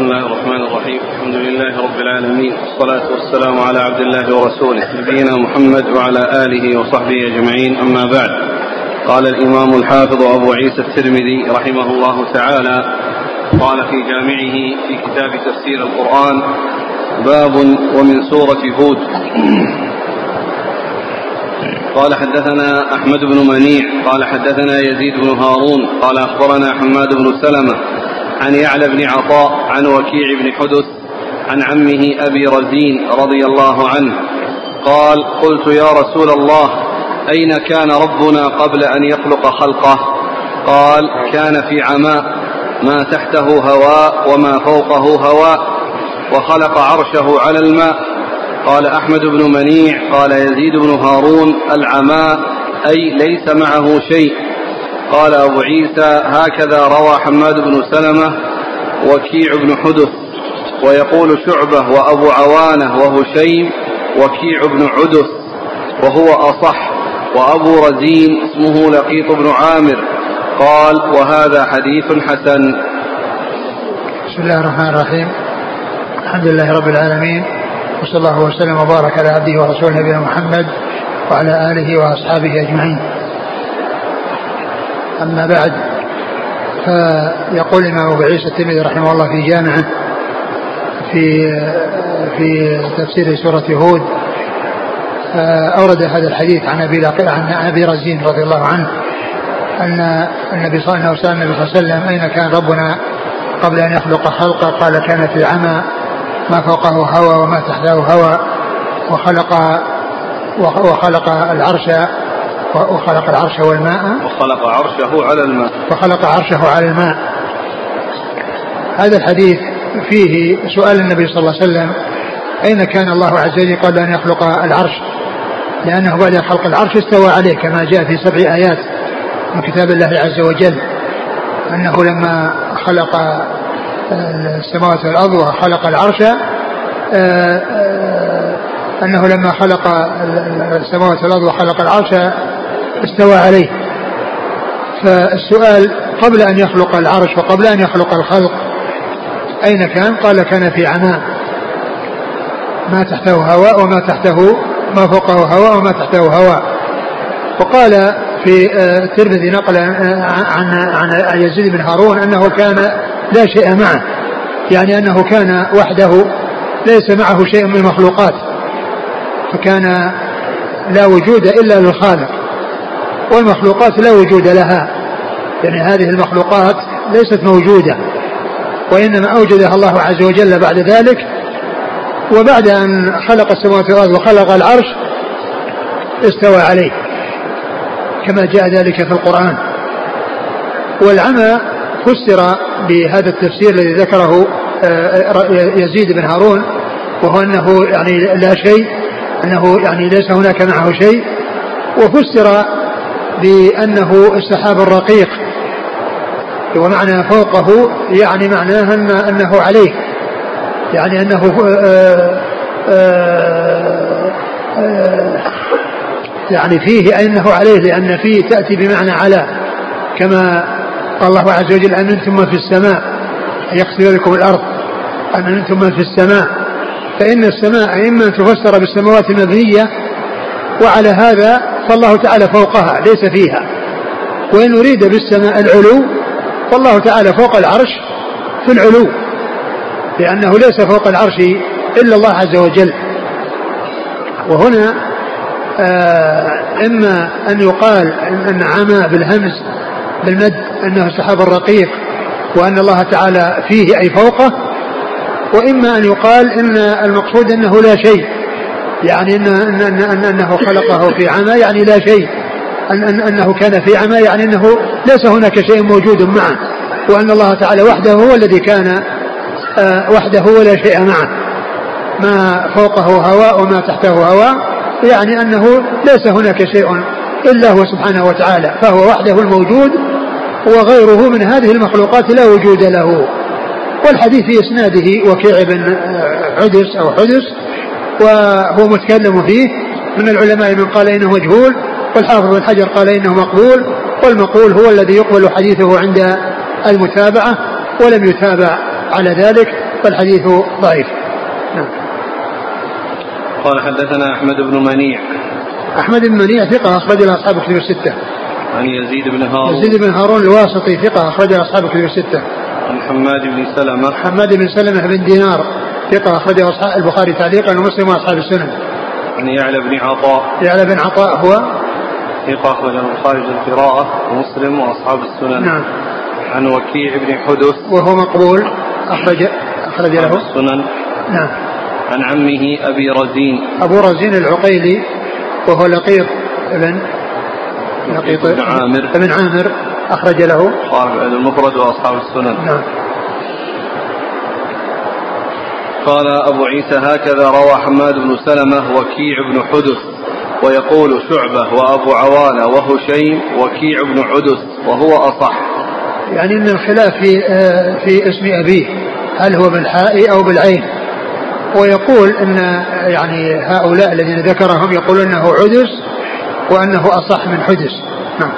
بسم الله الرحمن الرحيم. الحمد لله رب العالمين، والصلاة والسلام على عبد الله ورسوله نبينا محمد وعلى آله وصحبه أجمعين، أما بعد. قال الإمام الحافظ أبو عيسى الترمذي رحمه الله تعالى قال في جامعه في كتاب تفسير القرآن: باب ومن سورة هود. قال حدثنا أحمد بن منيع قال حدثنا يزيد بن هارون قال أخبرنا حماد بن سلمة عن يعلى بن عطاء عن وكيع بن حدث عن عمه أبي رزين رضي الله عنه قال: قلت يا رسول الله، أين كان ربنا قبل أن يخلق خلقه؟ قال: كان في عماء، ما تحته هواء وما فوقه هواء، وخلق عرشه على الماء. قال أحمد بن منيع قال يزيد بن هارون: العماء أي ليس معه شيء. قال أبو عيسى: هكذا روى حماد بن سلمة وكيع بن حدث. ويقول شعبة وأبو عوانة وهشيم وكيع بن عدث وهو أصح، وأبو رزين اسمه لقيط بن عامر. قال: وهذا حديث حسن. بسم الله الرحمن الرحيم. الحمد لله رب العالمين، وصلى الله وسلم وبارك على عبده ورسوله نبينا محمد وعلى آله وأصحابه أجمعين. أما بعد، فيقول الإمام أبو عيسى الترمذي رحمه الله في جامعه في تفسير سورة هود، أورد هذا الحديث عن أبي رزين رضي الله عنه أن النبي صلى الله عليه وسلم: أين كان ربنا قبل أن يخلق خلقه؟ قال: كان في عمى، ما فوقه هوى وما تحته هوى، وخلق العرش والماء، وخلق عرشه على الماء، وخلق عرشه على الماء. هذا الحديث فيه سؤال النبي صلى الله عليه وسلم: أين كان الله عز وجل قبل أن يخلق العرش؟ لأنه بعد خلق العرش استوى عليه، كما جاء في 7 آيات من كتاب الله عز وجل، أنه لما خلق السماوات والأرض وخلق العرش، أنه لما خلق السماوات والأرض وخلق العرش استوى عليه. فالسؤال: قبل أن يخلق العرش وقبل أن يخلق الخلق أين كان؟ قال: كان في عماء، ما تحته هواء وما تحته ما فوقه هواء وما تحته هواء. وقال في الترمذي نقل عن يزيد بن هارون أنه كان لا شيء معه، يعني أنه كان وحده ليس معه شيء من المخلوقات، فكان لا وجود إلا للخالق، والمخلوقات لا وجود لها، يعني هذه المخلوقات ليست موجودة، وإنما أوجدها الله عز وجل بعد ذلك. وبعد أن خلق السماوات والأرض وخلق العرش استوى عليه، كما جاء ذلك في القرآن. والعمى فسر بهذا التفسير الذي ذكره يزيد بن هارون، وهو أنه يعني لا شيء، أنه يعني ليس هناك معه شيء. وفسر بأنه السحاب الرقيق، ومعنى فوقه يعني معناه أنه عليه، يعني أنه يعني فيه أنه عليه، لأن فيه تأتي بمعنى على، كما قال الله عز وجل: أن أنتم من في السماء يقصد بكم الأرض، أن أنتم من في السماء. فإن السماء إما أن تفسر بالسماوات المبنية، وعلى هذا فالله تعالى فوقها ليس فيها. وإن أريد بالسماء العلو فالله تعالى فوق العرش في العلو، لأنه ليس فوق العرش إلا الله عز وجل. وهنا إما أن يقال أن عمى بالهمز بالمد أنه السحاب الرقيق، وأن الله تعالى فيه أي فوقه، وإما أن يقال إن المقصود أنه لا شيء، يعني أنه خلقه في عمى، يعني لا شيء، أنه كان في عمى، يعني أنه ليس هناك شيء موجود معه، وأن الله تعالى وحده هو الذي كان وحده ولا شيء معه، ما فوقه هواء وما تحته هواء، يعني أنه ليس هناك شيء إلا هو سبحانه وتعالى، فهو وحده الموجود، وغيره من هذه المخلوقات لا وجود له. والحديث في إسناده وكيع بن عدس أو حدث، وهو متكلم فيه من العلماء من قال إنه مجهول، والحافظ بن حجر قال إنه مقبول، والمقبول هو الذي يقبل حديثه عند المتابعة، ولم يتابع على ذلك، فالحديث ضعيف. نعم. قال حدثنا أحمد بن منيع. أحمد بن منيع ثقة أخرج له أصحاب الكتب الستة. عن يزيد بن هارون. يزيد بن هارون الواسطي ثقة أخرج له أصحاب الكتب الستة. عن حماد بن سلمة. حماد بن سلمة بن دينار ثقة أخرجه البخاري تعليقا ومسلم وأصحاب السنن. عن يعلى بن عطاء. يعلى بن عطاء هو ثقة أخرجه البخاري القراءة ومسلم وأصحاب السنن. نعم. عن وكيع بن حدث وهو مقبول أخرج له السنن. نعم. عن عمه أبي رزين. أبو رزين العقيلي وهو لقيط بن عامر أخرج له صاحب المفرد وأصحاب السنن. نعم. قال أبو عيسى هكذا روى حماد بن سلمة وكيع بن حدث، ويقول شعبة وأبو عوانة وهشيم وكيع بن حدث وهو أصح. يعني أن الخلاف في اسم أبيه هل هو بالحاء أو بالعين، ويقول أن يعني هؤلاء الذين ذكرهم يقول أنه عدس وأنه أصح من حدث. نعم.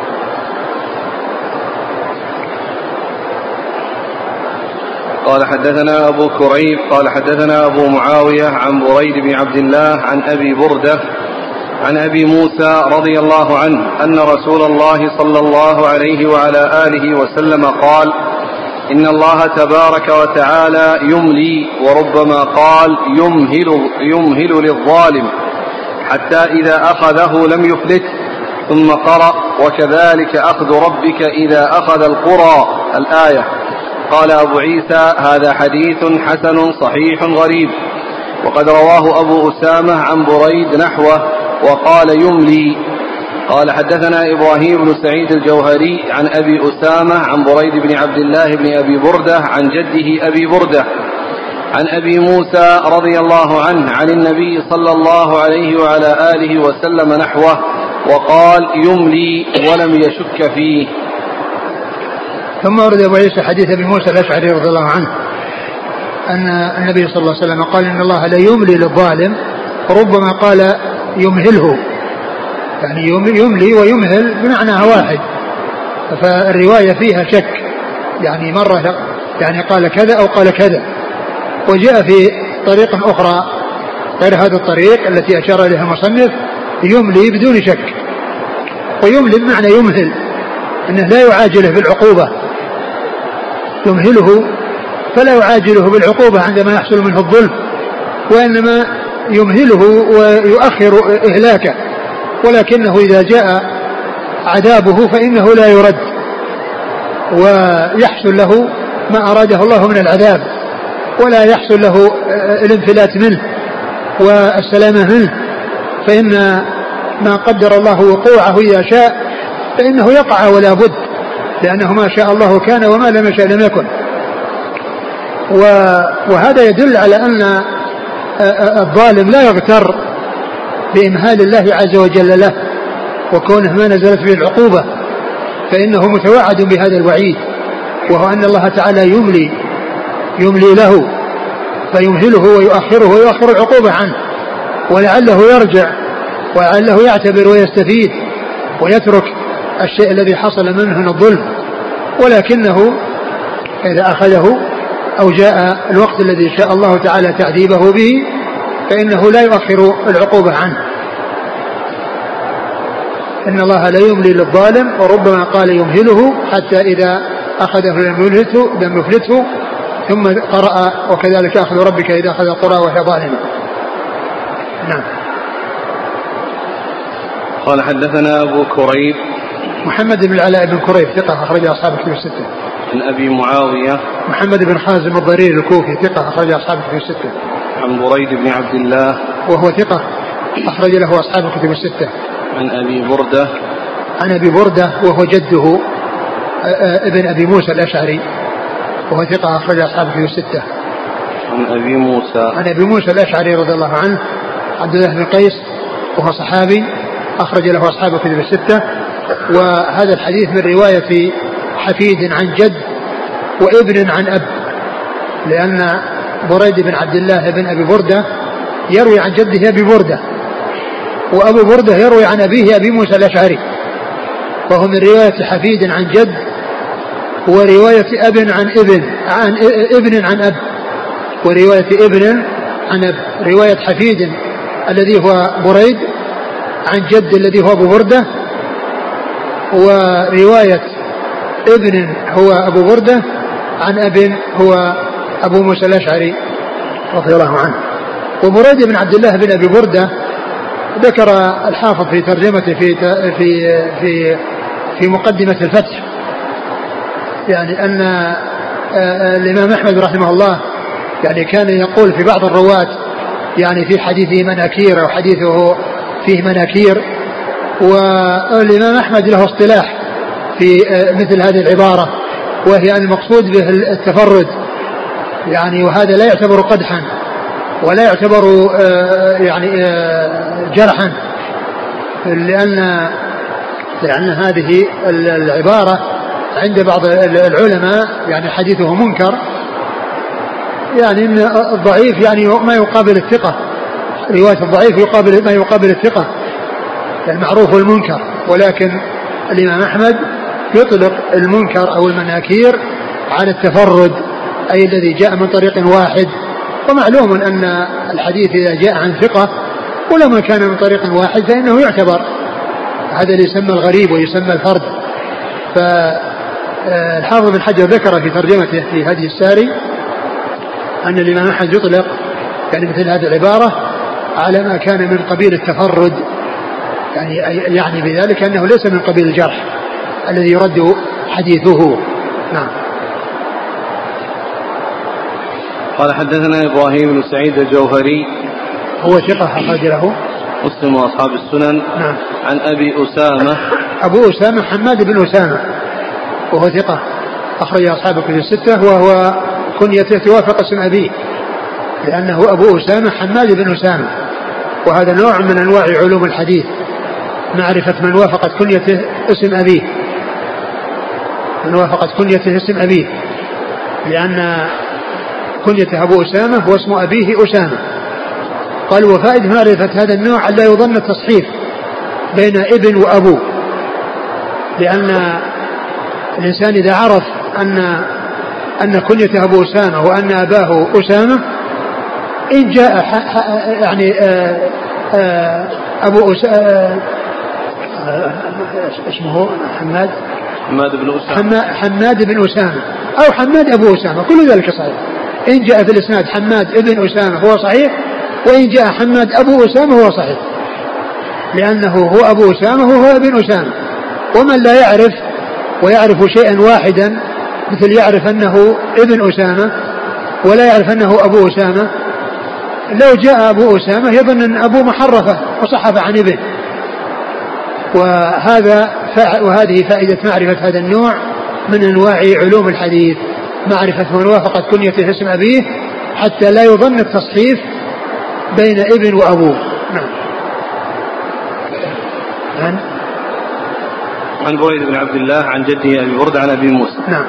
قال حدثنا أبو كريب قال حدثنا أبو معاوية عن بريد بن عبد الله عن أبي بردة عن أبي موسى رضي الله عنه أن رسول الله صلى الله عليه وعلى آله وسلم قال: إن الله تبارك وتعالى يملي، وربما قال يمهل للظالم حتى إذا أخذه لم يفلته، ثم قرأ: وكذلك أخذ ربك إذا أخذ القرى الآية. قال أبو عيسى: هذا حديث حسن صحيح غريب. وقد رواه أبو أسامة عن بريد نحوه وقال يملي. قال حدثنا إبراهيم بن سعيد الجوهري عن أبي أسامة عن بريد بن عبد الله بن أبي بردة عن جده أبي بردة عن أبي موسى رضي الله عنه عن النبي صلى الله عليه وعلى آله وسلم نحوه وقال يملي ولم يشك فيه. ثم ورد أبو عيسى حديث أبي موسى الأشعري رضي الله عنه أن النبي صلى الله عليه وسلم قال: إن الله لا يملي للظالم، ربما قال يمهله، يعني يملي ويمهل بمعنى واحد، فالرواية فيها شك، يعني مرة يعني قال كذا أو قال كذا. وجاء في طريق أخرى غير هذا الطريق التي أشار إليها المصنف يملي بدون شك، ويملي بمعنى يمهل، أنه لا يعاجله بالعقوبة، يمهله فلا يعاجله بالعقوبة عندما يحصل منه الظلم، وإنما يمهله ويؤخر إهلاكه، ولكنه إذا جاء عذابه فإنه لا يرد، ويحصل له ما أراده الله من العذاب، ولا يحصل له الانفلات منه والسلامة منه، فإن ما قدر الله وقوعه إذا شاء فإنه يقع ولا بد، لأنه ما شاء الله كان وما لم يشاء لم يكن. وهذا يدل على أن الظالم لا يغتر بإمهال الله عز وجل له وكونه ما نزلت به العقوبة، فإنه متوعد بهذا الوعيد، وهو أن الله تعالى يملي له فيمهله ويؤخره ويؤخر العقوبة عنه، ولعله يرجع ولعله يعتبر ويستفيد ويترك الشيء الذي حصل منه من الظلم، ولكنه إذا أخذه أو جاء الوقت الذي شاء الله تعالى تعذيبه به فإنه لا يؤخر العقوبة عنه. إن الله لا يملي للظالم، وربما قال يمهله حتى إذا أخذه لم يفلته، ثم قرأ وكذلك أخذ ربك إذا أخذ القرى وهي ظالمة. نعم. قال حدثنا أبو كريب محمد بن العلاء بن كريب ثقة أخرج أصحاب الكتب الستة. عن أبي معاوية محمد بن خازم الضرير الكوفي ثقة أخرج أصحاب الكتب الستة. عن بريد بن عبد الله وهو ثقة أخرج له أصحاب الكتب الستة. عن أبي بردة عن أبي بردة وهو جده ابن أبي موسى الأشعري وهو ثقة أخرج أصحاب الكتب الستة. عن أبي موسى الأشعري رضي الله عنه عبد الله بن قيس وهو صحابي أخرج له أصحاب الكتب الستة. وهذا الحديث من رواية حفيد عن جد وابن عن أب، لأن بريد بن عبد الله بن أبي بردة يروي عن جده أبي بردة، وأبو بردة يروي عن أبيه أبي موسى الأشعري، وهو من رواية حفيد عن جد ورواية أب عن ابن عن أب، ورواية ابن عن أب. رواية حفيد الذي هو بريد عن جد الذي هو أبو بردة، ورواية ابن هو أبو بردة عن أب هو أبو موسى الأشعري رضي الله عنه. وبريد بن عبد الله بن أبي بردة ذكر الحافظ في ترجمته في مقدمة الفتح يعني أن الإمام أحمد رحمه الله يعني كان يقول في بعض الرواة يعني في حديثه مناكير أو حديثه فيه مناكير. والإمام أحمد له اصطلاح في مثل هذه العبارة، وهي أن المقصود به التفرد يعني، وهذا لا يعتبر قدحا ولا يعتبر يعني جرحا، لأن هذه العبارة عند بعض العلماء يعني حديثه منكر، يعني إن الضعيف يعني ما يقابل الثقة، رواية الضعيف يقابل ما يقابل الثقة المعروف والمنكر. ولكن الإمام أحمد يطلق المنكر أو المناكير على التفرد، أي الذي جاء من طريق واحد. ومعلوم أن الحديث إذا جاء عن ثقة ولما كان من طريق واحد فإنه يعتبر، هذا اللي يسمى الغريب ويسمى الفرد. فالحافظ بن حجر ذكر في ترجمته في هدي الساري أن الإمام أحمد يطلق يعني مثل هذه العبارة على ما كان من قبيل التفرد، يعني بذلك أنه ليس من قبيل الجرح الذي يرد حديثه. نعم. قال حدثنا إبراهيم بن سعيد الجوهري هو ثقة أخرج له مسلم وأصحاب السنن. نعم. عن أبي أسامة أبو أسامة حماد بن أسامة وهو ثقة أخرج أصحاب الكتب الستة، وهو كنيته توافق اسم أبيه لأنه أبو أسامة حماد بن أسامة، وهذا نوع من أنواع علوم الحديث، معرفة من وافقت كنيته اسم أبيه، من وافقت كنيته اسم أبيه، لأن كنيته أبو أسامة واسم أبيه أسامة. قال وفائدة معرفة هذا النوع ألا يظن التصحيف بين ابن وأبو، لأن الإنسان إذا عرف أن كنيته أبو أسامة وأن أباه أسامة، إن جاء يعني أبو اسمه حماد بن أسامة أو حماد أبو أسامة، كل ذلك صحيح. إن جاء في الإسناد حماد ابن أسامة هو صحيح، وإن جاء حماد أبو أسامة هو صحيح، لأنه هو أبو أسامة وهو ابن أسامة. ومن لا يعرف ويعرف شيئا واحدا مثل يعرف أنه ابن أسامة ولا يعرف أنه أبو أسامة، لو جاء أبو أسامة يظن أن أبو محرفة وصحف عن ابن. وهذه فائدة معرفة هذا النوع من أنواع علوم الحديث، معرفة من وافقت كنيته اسم أبيه حتى لا يظن التصحيف بين ابن وأبوه. نعم. عن بريد بن عبد الله عن جده أبي برد عن أبي موسى. نعم.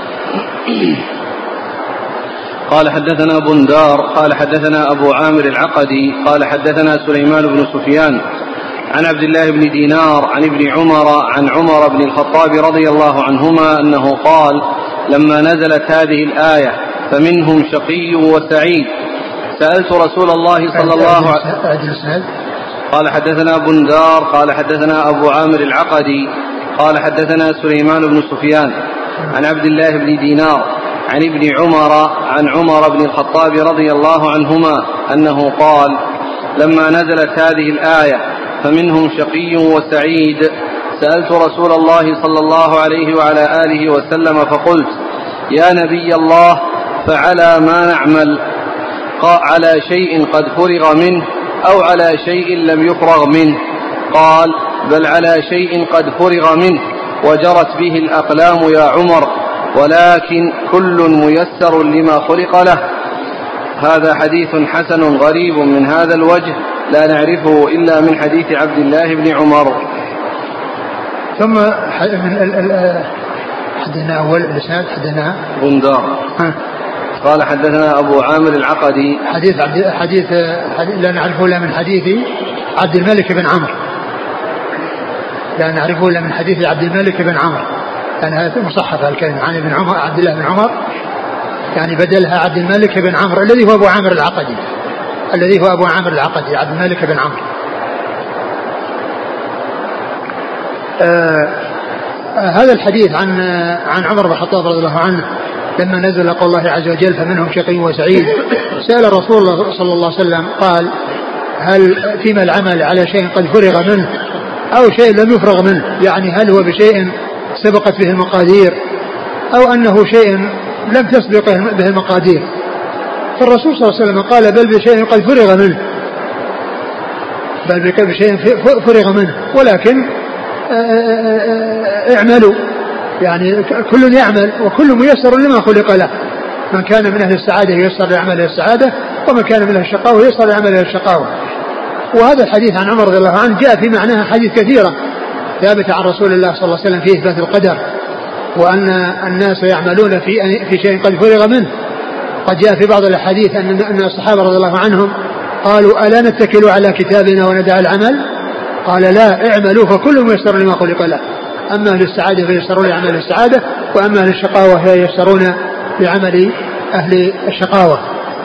قال حدثنا بندار قال حدثنا أبو عامر العقدي قال حدثنا سليمان بن سفيان عن عبد الله بن دينار عن ابن عمر عن عمر بن الخطاب رضي الله عنهما أنه قال لما نزلت هذه الآية فمنهم شقي وسعيد سألت رسول الله صلى الله عليه وسلم. قال حدثنا بندار قال حدثنا أبو عامر العقدي قال حدثنا سليمان بن سفيان عن عبد الله بن دينار عن ابن عمر عن عمر بن الخطاب رضي الله عنهما أنه قال لما نزلت هذه الآية فمنهم شقي وسعيد سألت رسول الله صلى الله عليه وعلى آله وسلم فقلت يا نبي الله فعلى ما نعمل؟ على شيء قد فرغ منه أو على شيء لم يفرغ منه؟ قال بل على شيء قد فرغ منه وجرت به الأقلام يا عمر، ولكن كل ميسر لما خلق له. هذا حديث حسن غريب من هذا الوجه لا نعرفه إلا من حديث عبد الله بن عمر. ثم حدثنا أول الإسناد حدثنا بندار قال حدثنا أبو عامر العقدي حديث لا نعرفه إلا من حديث عبد الملك بن عمرو، لا نعرفه إلا من حديث عبد الملك بن عمرو، يعني هذا مصحف الكلمة عن ابن عمر عبد الله بن عمر يعني بدلها عبد الملك بن عمرو الذي هو أبو عامر العقدي، الذي هو أبو عامر العقدي عبد الملك بن عمرو. هذا الحديث عن عمر بن الخطاب رضي الله عنه لما نزل قول الله عز وجل فمنهم شقي وسعيد، سأل رسول الله صلى الله عليه وسلم قال هل فيما العمل على شيء قد فرغ منه أو شيء لم يفرغ منه، يعني هل هو بشيء سبقت به المقادير أو أنه شيء لم تسبق به المقادير؟ فالرسول صلى الله عليه وسلم قال بل بشيء قد فرغ منه، بل بشيء فرغ منه، ولكن اعملوا، يعني كل يعمل وكل ميسر لما خلق له، من كان من أهل السعادة ييسر لعمل السعادة ومن كان من أهل الشقاوة ييسر لعمل الشقاوة. وهذا الحديث عن عمر رضي الله عنه جاء في معناها حديث كثيرة ثابتة عن رسول الله صلى الله عليه وسلم في إثبات القدر، وأن الناس يعملون في شيء قد فرغ منه. قد جاء في بعض الأحاديث أن الصحابة رضي الله عنهم قالوا ألا نتكل على كتابنا وندع العمل؟ قال لا، اعملوا فكل ميسر لما خلق له، أما أهل السعادة فييسرون لعمل السعادة، وأما أهل الشقاوة فييسرون لعمل أهل الشقاوة.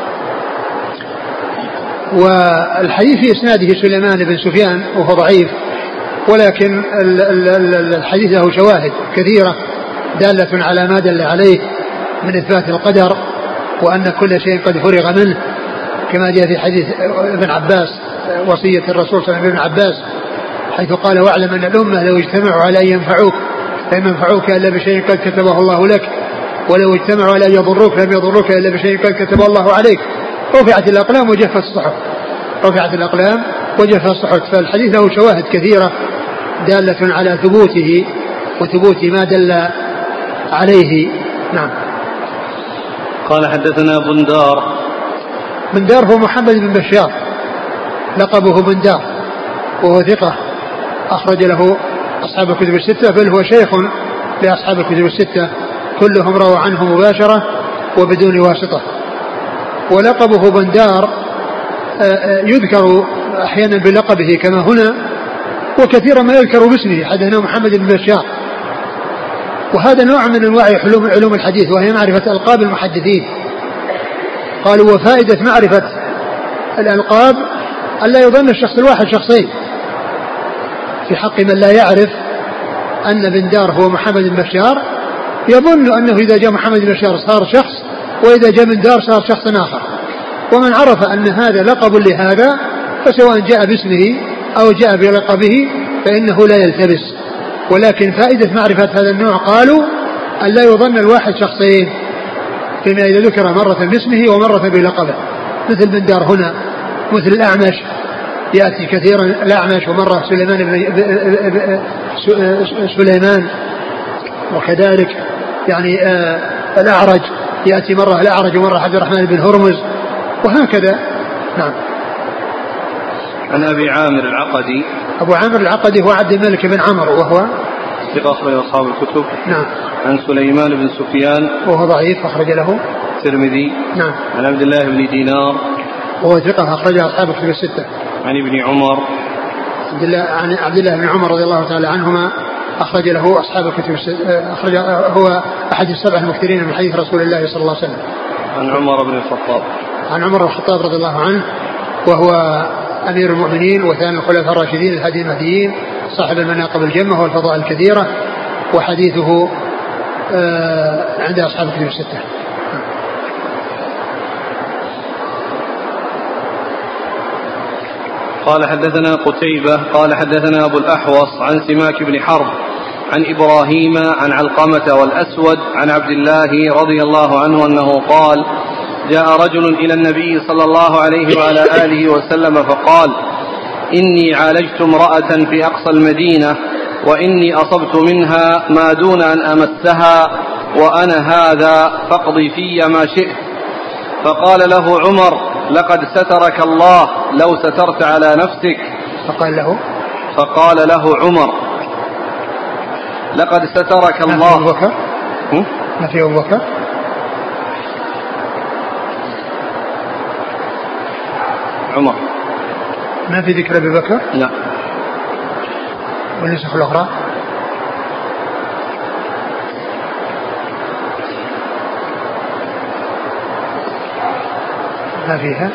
والحديث في إسناده سليمان بن سفيان وهو ضعيف، ولكن الحديث له شواهد كثيرة دالة على ما دل عليه من إثبات القدر، وأن كل شيء قد فرغ منه، كما جاء في حديث ابن عباس وصية الرسول صلى الله عليه وسلم ابن عباس حيث قال واعلم أن الأمة لو اجتمعوا على أن ينفعوك لم ينفعوك إلا بشيء قد كتبه الله لك، ولو اجتمعوا على أن يضروك لم يضروك إلا بشيء قد كتبه الله عليك. رفعت الأقلام وجفت الصحف، رفعت الأقلام وجفت الصحف. فالحديث له شواهد كثيرة دالة على ثبوته وثبوت ما دل عليه. نعم. قال حدثنا بندار هو محمد بن بشار لقبه بندار، وهو ثقة أخرج له أصحاب الكتب الستة، بل هو شيخ لأصحاب الكتب الستة كلهم رووا عنه مباشرة وبدون واسطة. ولقبه بندار يذكر أحيانا بلقبه كما هنا، وكثيرا ما يذكر باسمه حدثنا محمد بن بشار. وهذا نوع من أنواع علوم الحديث، وهي معرفة ألقاب المحدثين. قالوا وفائدة معرفة الألقاب ألا يظن الشخص الواحد شخصين، في حق من لا يعرف أن بندار هو محمد بن بشار يظن أنه إذا جاء محمد بن بشار صار شخص، وإذا جاء بندار صار شخص آخر. ومن عرف أن هذا لقب لهذا فسواء جاء باسمه أو جاء بلقبه فإنه لا يلتبس. ولكن فائدة معرفة هذا النوع قالوا أن لا يظن الواحد شخصين، فيما إذا ذكر مرة باسمه ومرة بلقبه، مثل بندار هنا، مثل الأعمش يأتي كثيرا الأعمش، ومرة سليمان، وكذلك يعني الأعرج يأتي مرة الأعرج ومرة عبد الرحمن بن هرمز، وهكذا. نعم. عن أبي عامر العقدي. أبو عامر العقدي هو عبد الملك بن عمرو وهو ثقة أخرج أصحاب الكتب. نعم. عن سليمان بن سفيان وهو ضعيف أخرج له الترمذي. نعم. عن عبد الله بن دينار وهو ثقة أخرج أصحاب الكتب الستة. عن ابن عمر عن عبد الله بن عمر رضي الله تعالى عنهما أخرج له أصحاب الكتب الستة، أخرج هو أحد السبع المكثرين من حديث رسول الله صلى الله عليه وسلم. عن عمر بن الخطاب. عن عمر بن الخطاب رضي الله عنه، وهو أمير المؤمنين وثاني الخلفاء الراشدين الهادي المهديين صاحب المناقب الجمة والفضائل الكثيرة، وحديثه عند أصحاب الكتب الستة. قال حدثنا قتيبة قال حدثنا أبو الأحوص عن سماك بن حرب عن إبراهيم عن علقمة والأسود عن عبد الله رضي الله عنه أنه قال جاء رجل إلى النبي صلى الله عليه وعلى آله وسلم فقال إني عالجت امرأة في أقصى المدينة وإني أصبت منها ما دون أن أمسها وأنا هذا فاقضي في ما شئت. فقال له عمر لقد سترك الله لو سترت على نفسك. فقال له عمر لقد سترك الله. ما في أبو بكر؟ عمر ما في ذكر أبي بكر؟ لا. والنسخ الأخرى ما فيها.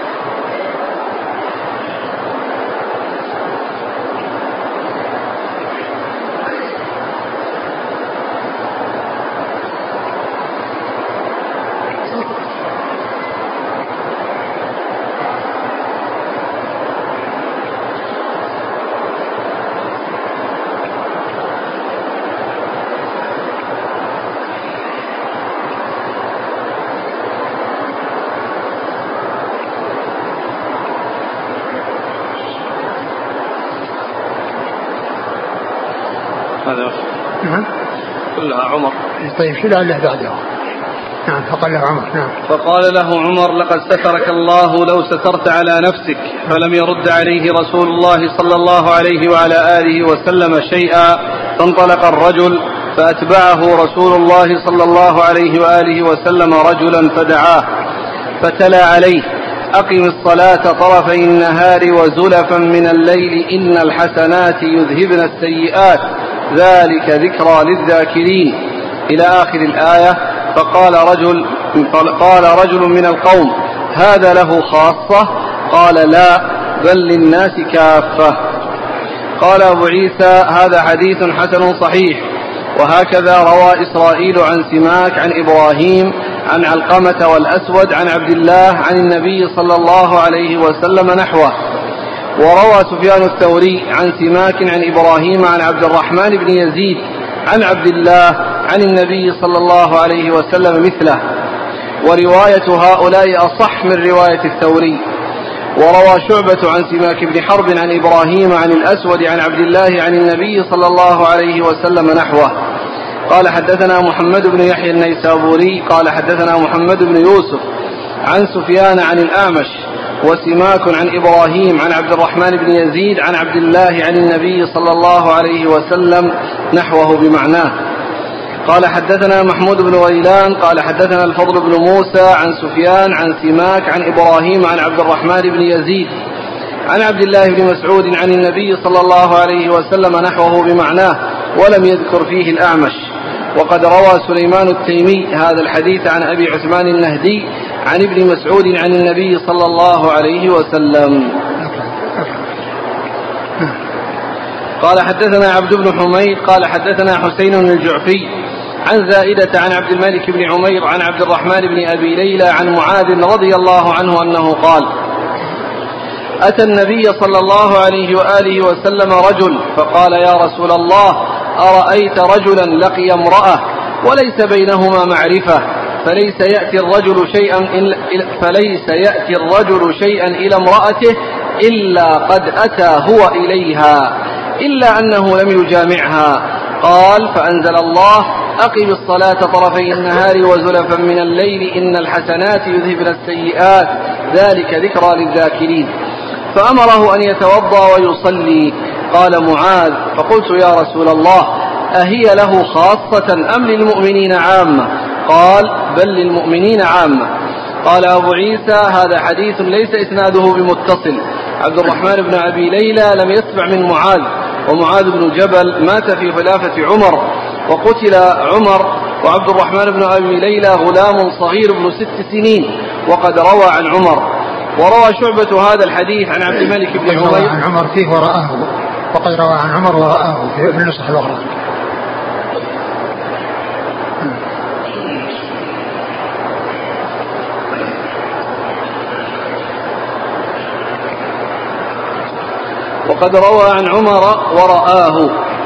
نعم كلها عمر. طيب شو لعله بعده؟ نعم فقال له عمر. نعم فقال له عمر لقد سترك الله لو سترت على نفسك، فلم يرد عليه رسول الله صلى الله عليه وعلى آله وسلم شيئا. فانطلق الرجل فأتبعه رسول الله صلى الله عليه وآله وسلم رجلا فدعاه فتلا عليه: أقم الصلاة طرفي النهار وزلفا من الليل إن الحسنات يذهبن السيئات ذلك ذكرى للذاكرين إلى آخر الآية. قال رجل من القوم: هذا له خاصة؟ قال: لا، بل للناس كافة. قال أبو عيسى: هذا حديث حسن صحيح. وهكذا روى إسرائيل عن سماك عن إبراهيم عن علقمة والأسود عن عبد الله عن النبي صلى الله عليه وسلم نحوه. وروى سفيان الثوري عن سماك عن إبراهيم عن عبد الرحمن بن يزيد عن عبد الله عن النبي صلى الله عليه وسلم مثله. ورواية هؤلاء أصح من رواية الثوري. وروى شعبة عن سماك بن حرب عن إبراهيم عن الأسود عن عبد الله عن النبي صلى الله عليه وسلم نحوه. قال حدثنا محمد بن يحيى النيسابوري قال حدثنا محمد بن يوسف عن سفيان عن الأعمش وسماك عن إبراهيم عن عبد الرحمن بن يزيد عن عبد الله عن النبي صلى الله عليه وسلم نحوه بمعناه. قال حدثنا محمود بن غيلان قال حدثنا الفضل بن موسى عن سفيان عن سماك عن إبراهيم عن عبد الرحمن بن يزيد عن عبد الله بن مسعود عن النبي صلى الله عليه وسلم نحوه بمعناه ولم يذكر فيه الأعمش. وقد روى سليمان التيمي هذا الحديث عن أبي عثمان النهدي عن ابن مسعود عن النبي صلى الله عليه وسلم. قال حدثنا عبد بن حميد قال حدثنا حسين الجعفي عن زائدة عن عبد الملك بن عمير عن عبد الرحمن بن أبي ليلى عن معاذ رضي الله عنه أنه قال: أتى النبي صلى الله عليه وآله وسلم رجل فقال: يا رسول الله، أرأيت رجلا لقي امرأة وليس بينهما معرفة فليس يأتي الرجل شيئا إلى امرأته إلا قد أتى هو إليها إلا أنه لم يجامعها. قال: فأنزل الله: أقم الصلاة طرفي النهار وزلفا من الليل إن الحسنات يذهبن السيئات ذلك ذكرى للذاكرين. فأمره أن يتوضأ ويصلي. قال معاذ: فقلت: يا رسول الله، أهي له خاصة أم للمؤمنين عامة؟ قال: بل للمؤمنين عامة. قال أبو عيسى: هذا حديث ليس إسناده بمتصل. عبد الرحمن بن أبي ليلى لم يسمع من معاذ، ومعاذ بن جبل مات في خلافة عمر وقتل عمر، وعبد الرحمن بن أبي ليلى غلام صغير ابن 6 سنين وقد روى عن عمر. وروى شعبة هذا الحديث عن عبد الملك بن عمير عن عمر فيه ورآه، وقد روى عن عمر ورآه في النسخ الأخرى. وقد روى عن عمر ورآه.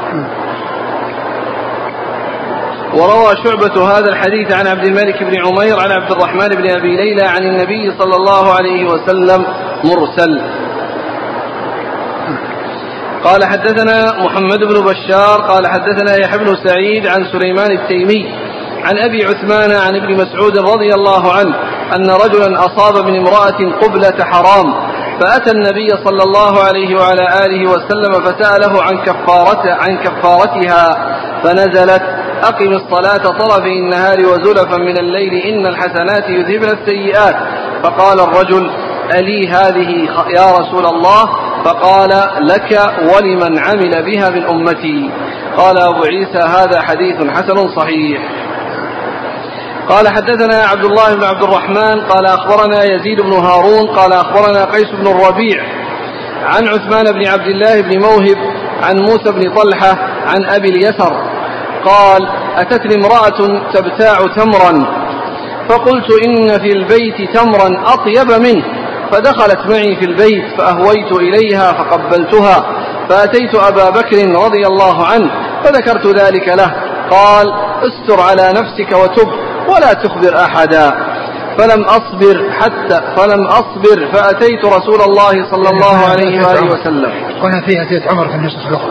وروى شعبة هذا الحديث عن عبد الملك بن عمير عن عبد الرحمن بن أبي ليلى عن النبي صلى الله عليه وسلم مرسل. قال حدثنا محمد بن بشار قال حدثنا يحيى بن سعيد عن سليمان التيمي عن أبي عثمان عن ابن مسعود رضي الله عنه أن رجلا أصاب من امرأة قبلة حرام فأتى النبي صلى الله عليه وعلى آله وسلم فسأله عن كفارتها فنزلت: أقم الصلاة طرفي النهار وزلفا من الليل إن الحسنات يذهبن السيئات. فقال الرجل: ألي هذه يا رسول الله؟ فقال: لك ولمن عمل بها من أمتي. قال أبو عيسى: هذا حديث حسن صحيح. قال حدثنا عبد الله بن عبد الرحمن قال أخبرنا يزيد بن هارون قال أخبرنا قيس بن الربيع عن عثمان بن عبد الله بن موهب عن موسى بن طلحة عن أبي اليسر قال أتتني امرأة تبتاع تمرا فقلت إن في البيت تمرا أطيب منه، فدخلت معي في البيت فأهويت إليها فقبلتها، فأتيت أبا بكر رضي الله عنه فذكرت ذلك له، قال استر على نفسك وتب ولا تخبر أحدا. فلم أصبر فأتيت رسول الله صلى الله عليه وآله وسلم. هنا فيها أتيت عمر في النسخ الأخرى.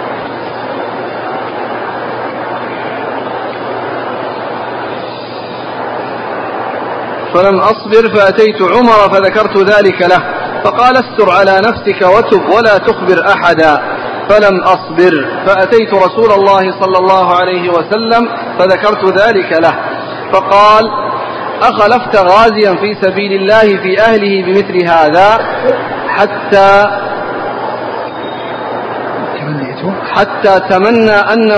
فلم أصبر فأتيت عمر فذكرت ذلك له، فقال استر على نفسك وتب ولا تخبر أحدا. فلم أصبر فأتيت رسول الله صلى الله عليه وسلم فذكرت ذلك له، فقال أخلفت غازيا في سبيل الله في أهله بمثل هذا حتى تمنى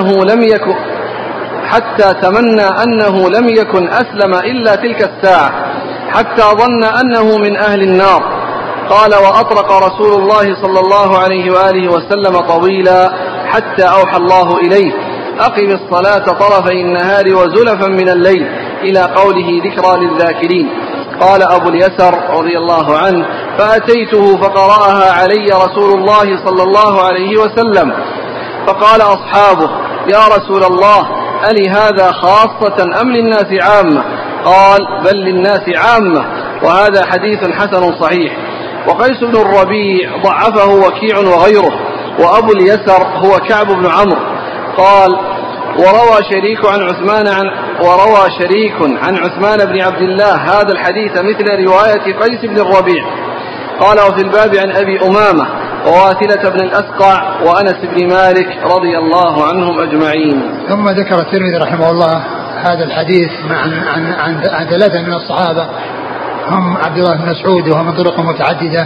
أنه لم يكن أسلم إلا تلك الساعة، حتى ظن أنه من أهل النار. قال وأطرق رسول الله صلى الله عليه وآله وسلم طويلا حتى أوحى الله إليه أقم الصلاة طرفي النهار وزلفا من الليل إلى قوله ذكرى للذاكرين. قال أبو اليسر رضي الله عنه فأتيته فقرأها علي رسول الله صلى الله عليه وسلم، فقال أصحابه يا رسول الله ألي هذا خاصة أم للناس عامة؟ قال بل للناس عامة، وهذا حديث حسن صحيح. وقيس بن الربيع ضعفه وكيع وغيره، وأبو اليسر هو كعب بن عمرو. قال وروى شريك عن عثمان بن عبد الله هذا الحديث مثل رواية قيس بن الربيع. قال وفي الباب عن أبي أمامة وواثلة بن الأسقع وأنس بن مالك رضي الله عنهم أجمعين. ثم ذكر الترمذي رحمه الله هذا الحديث عن ثلاثة من الصحابة هم عبد الله بن مسعود وهو من طرق متعددة،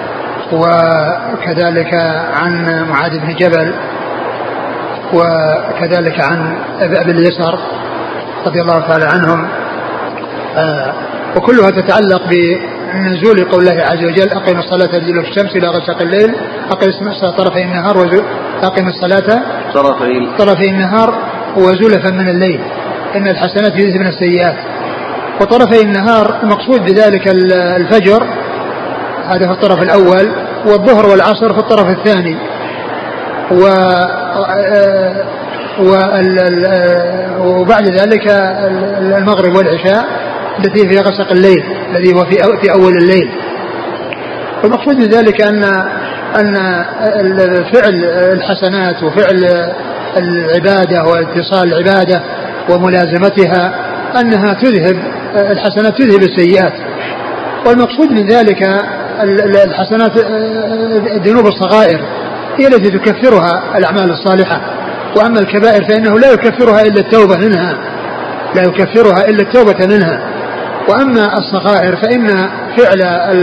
وكذلك عن معاذ بن جبل، وكذلك عن أبي اليسر رضي الله تعالى عنهم، وكلها تتعلق بنزول قول الله عز وجل أقم الصلاة لدلوك الشمس إلى غسق الليل أقم الصلاة طرفي النهار أقم الصلاة طرفي النهار وزلفا من الليل إن الحسنات يذهبن السيئات. وطرفي النهار المقصود بذلك الفجر هذا في الطرف الأول، والظهر والعصر في الطرف الثاني، وبعد ذلك المغرب والعشاء التي في غسق الليل الذي هو في أول الليل. والمقصود من ذلك أن فعل الحسنات وفعل العبادة واتصال العبادة وملازمتها أنها الحسنات تذهب السيئات. والمقصود من ذلك الحسنات الذنوب الصغائر هي التي تكفرها الأعمال الصالحة، وأما الكبائر فإنه لا يكفرها إلا التوبة منها، وأما الصغائر فإن فعل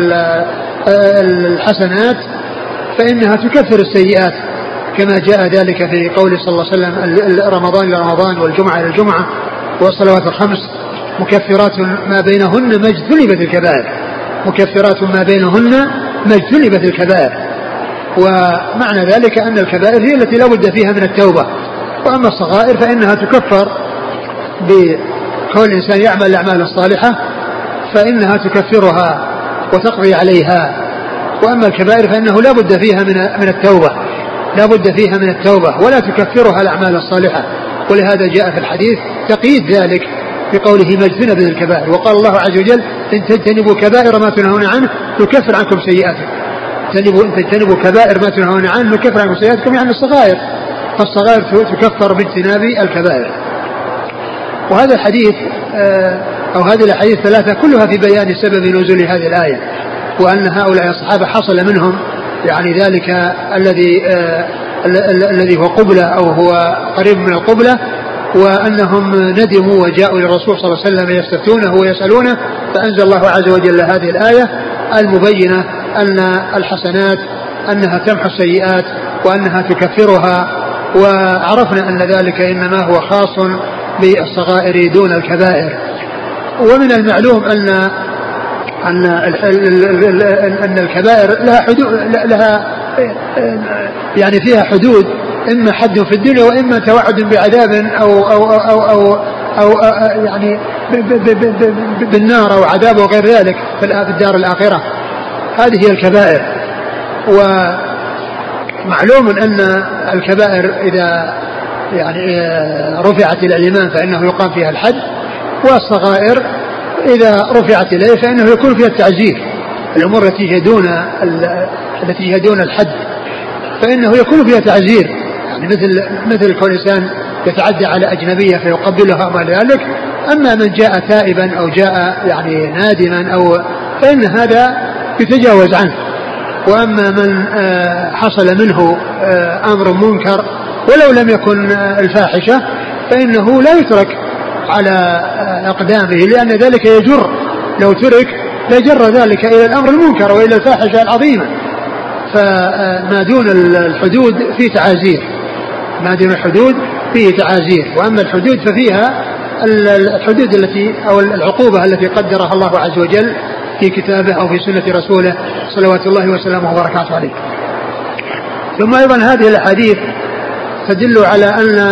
الحسنات فإنها تكفر السيئات، كما جاء ذلك في قول صلى الله عليه وسلم رمضان إلى رمضان والجمعة إلى الجمعة والصلوات الخمس مكفرات ما بينهن ما اجتنبت الكبائر، مكفرات ما بينهن ما اجتنبت الكبائر. ومعنى ذلك أن الكبائر هي التي لا بد فيها من التوبة، وأما الصغائر فإنها تكفر بكون الإنسان يعمل الأعمال الصالحة فإنها تكفرها وتقضي عليها، وأما الكبائر فإنه لا بد فيها من التوبة ولا تكفرها الأعمال الصالحة. ولهذا جاء في الحديث تقييد ذلك بقوله ما اجتنبت الكبائر، وقال الله عز وجل إن تجتنبوا كبائر ما تنهون عنه نكفر عنكم سيئاتكم. إن تجتنبوا كبائر ما تنهون عنه نكفر عنكم سيئاتكم، يعني الصغائر، فالصغائر تكفر باجتناب الكبائر. وهذا الحديث أو هذه الأحاديث الثلاثة كلها في بيان سبب نزول هذه الآية، وأن هؤلاء الصحابة حصل منهم يعني ذلك الذي هو قبلة أو هو قريب من القبلة، وأنهم ندموا وجاءوا للرسول صلى الله عليه وسلم يستفتونه ويسألونه، فأنزل الله عز وجل هذه الآية المبينة أن الحسنات أنها تمحو السيئات وأنها تكفرها. وعرفنا أن ذلك إنما هو خاص بالصغائر دون الكبائر. ومن المعلوم أن الكبائر لها حدود، لها يعني فيها حدود، إما حد في الدنيا وإما توعد بعذاب أو يعني بالنار أو عذاب وغير ذلك في الدار الآخرة. هذه هي الكبائر. ومعلوم أن الكبائر إذا يعني رفعت إلى الإمام فإنه يقام فيها الحد، والصغائر إذا رفعت إليه فإنه يكون فيها التعزير. الأمور التي هي دون الحد فإنه يكون فيها تعزير، يعني مثل كل إنسان يتعدى على أجنبية فيقبلها وما ذلك. أما من جاء تائبا أو جاء يعني نادما فإن هذا يتجاوز عنه. وأما من حصل منه أمر منكر ولو لم يكن الفاحشة فإنه لا يترك على أقدامه، لأن ذلك يجر، لو ترك لجر ذلك إلى الأمر المنكر وإلى الفاحشة العظيمة. فما دون الحدود فيه تعازير، ما دون الحدود فيه تعازير. وأما الحدود ففيها الحدود التي أو العقوبة التي قدرها الله عز وجل في كتابه أو في سنة رسوله صلوات الله وسلامه وبركاته عليه. ثم أيضا هذه الأحاديث تدل على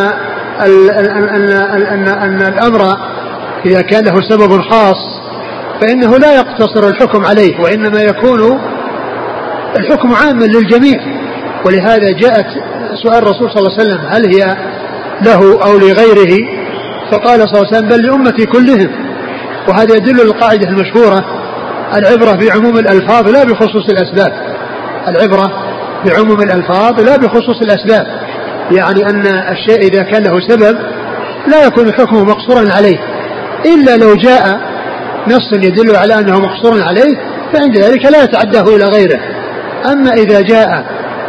أن الأمر إذا كان له سبب خاص فإنه لا يقتصر الحكم عليه، وإنما يكون الحكم عاما للجميع. ولهذا جاءت سؤال الرسول صلى الله عليه وسلم هل هي له أو لغيره، فقال صلى الله عليه وسلم بل لأمتي كلهم. وهذا يدل القاعدة المشهورة العبرة بعموم الألفاظ لا بخصوص الأسباب. العبرة بعموم الألفاظ لا بخصوص الأسباب، يعني أن الشيء إذا كان له سبب لا يكون حكمه مقصورا عليه، إلا لو جاء نص يدل على أنه مقصور عليه فعند ذلك لا يتعداه إلى غيره. أما إذا جاء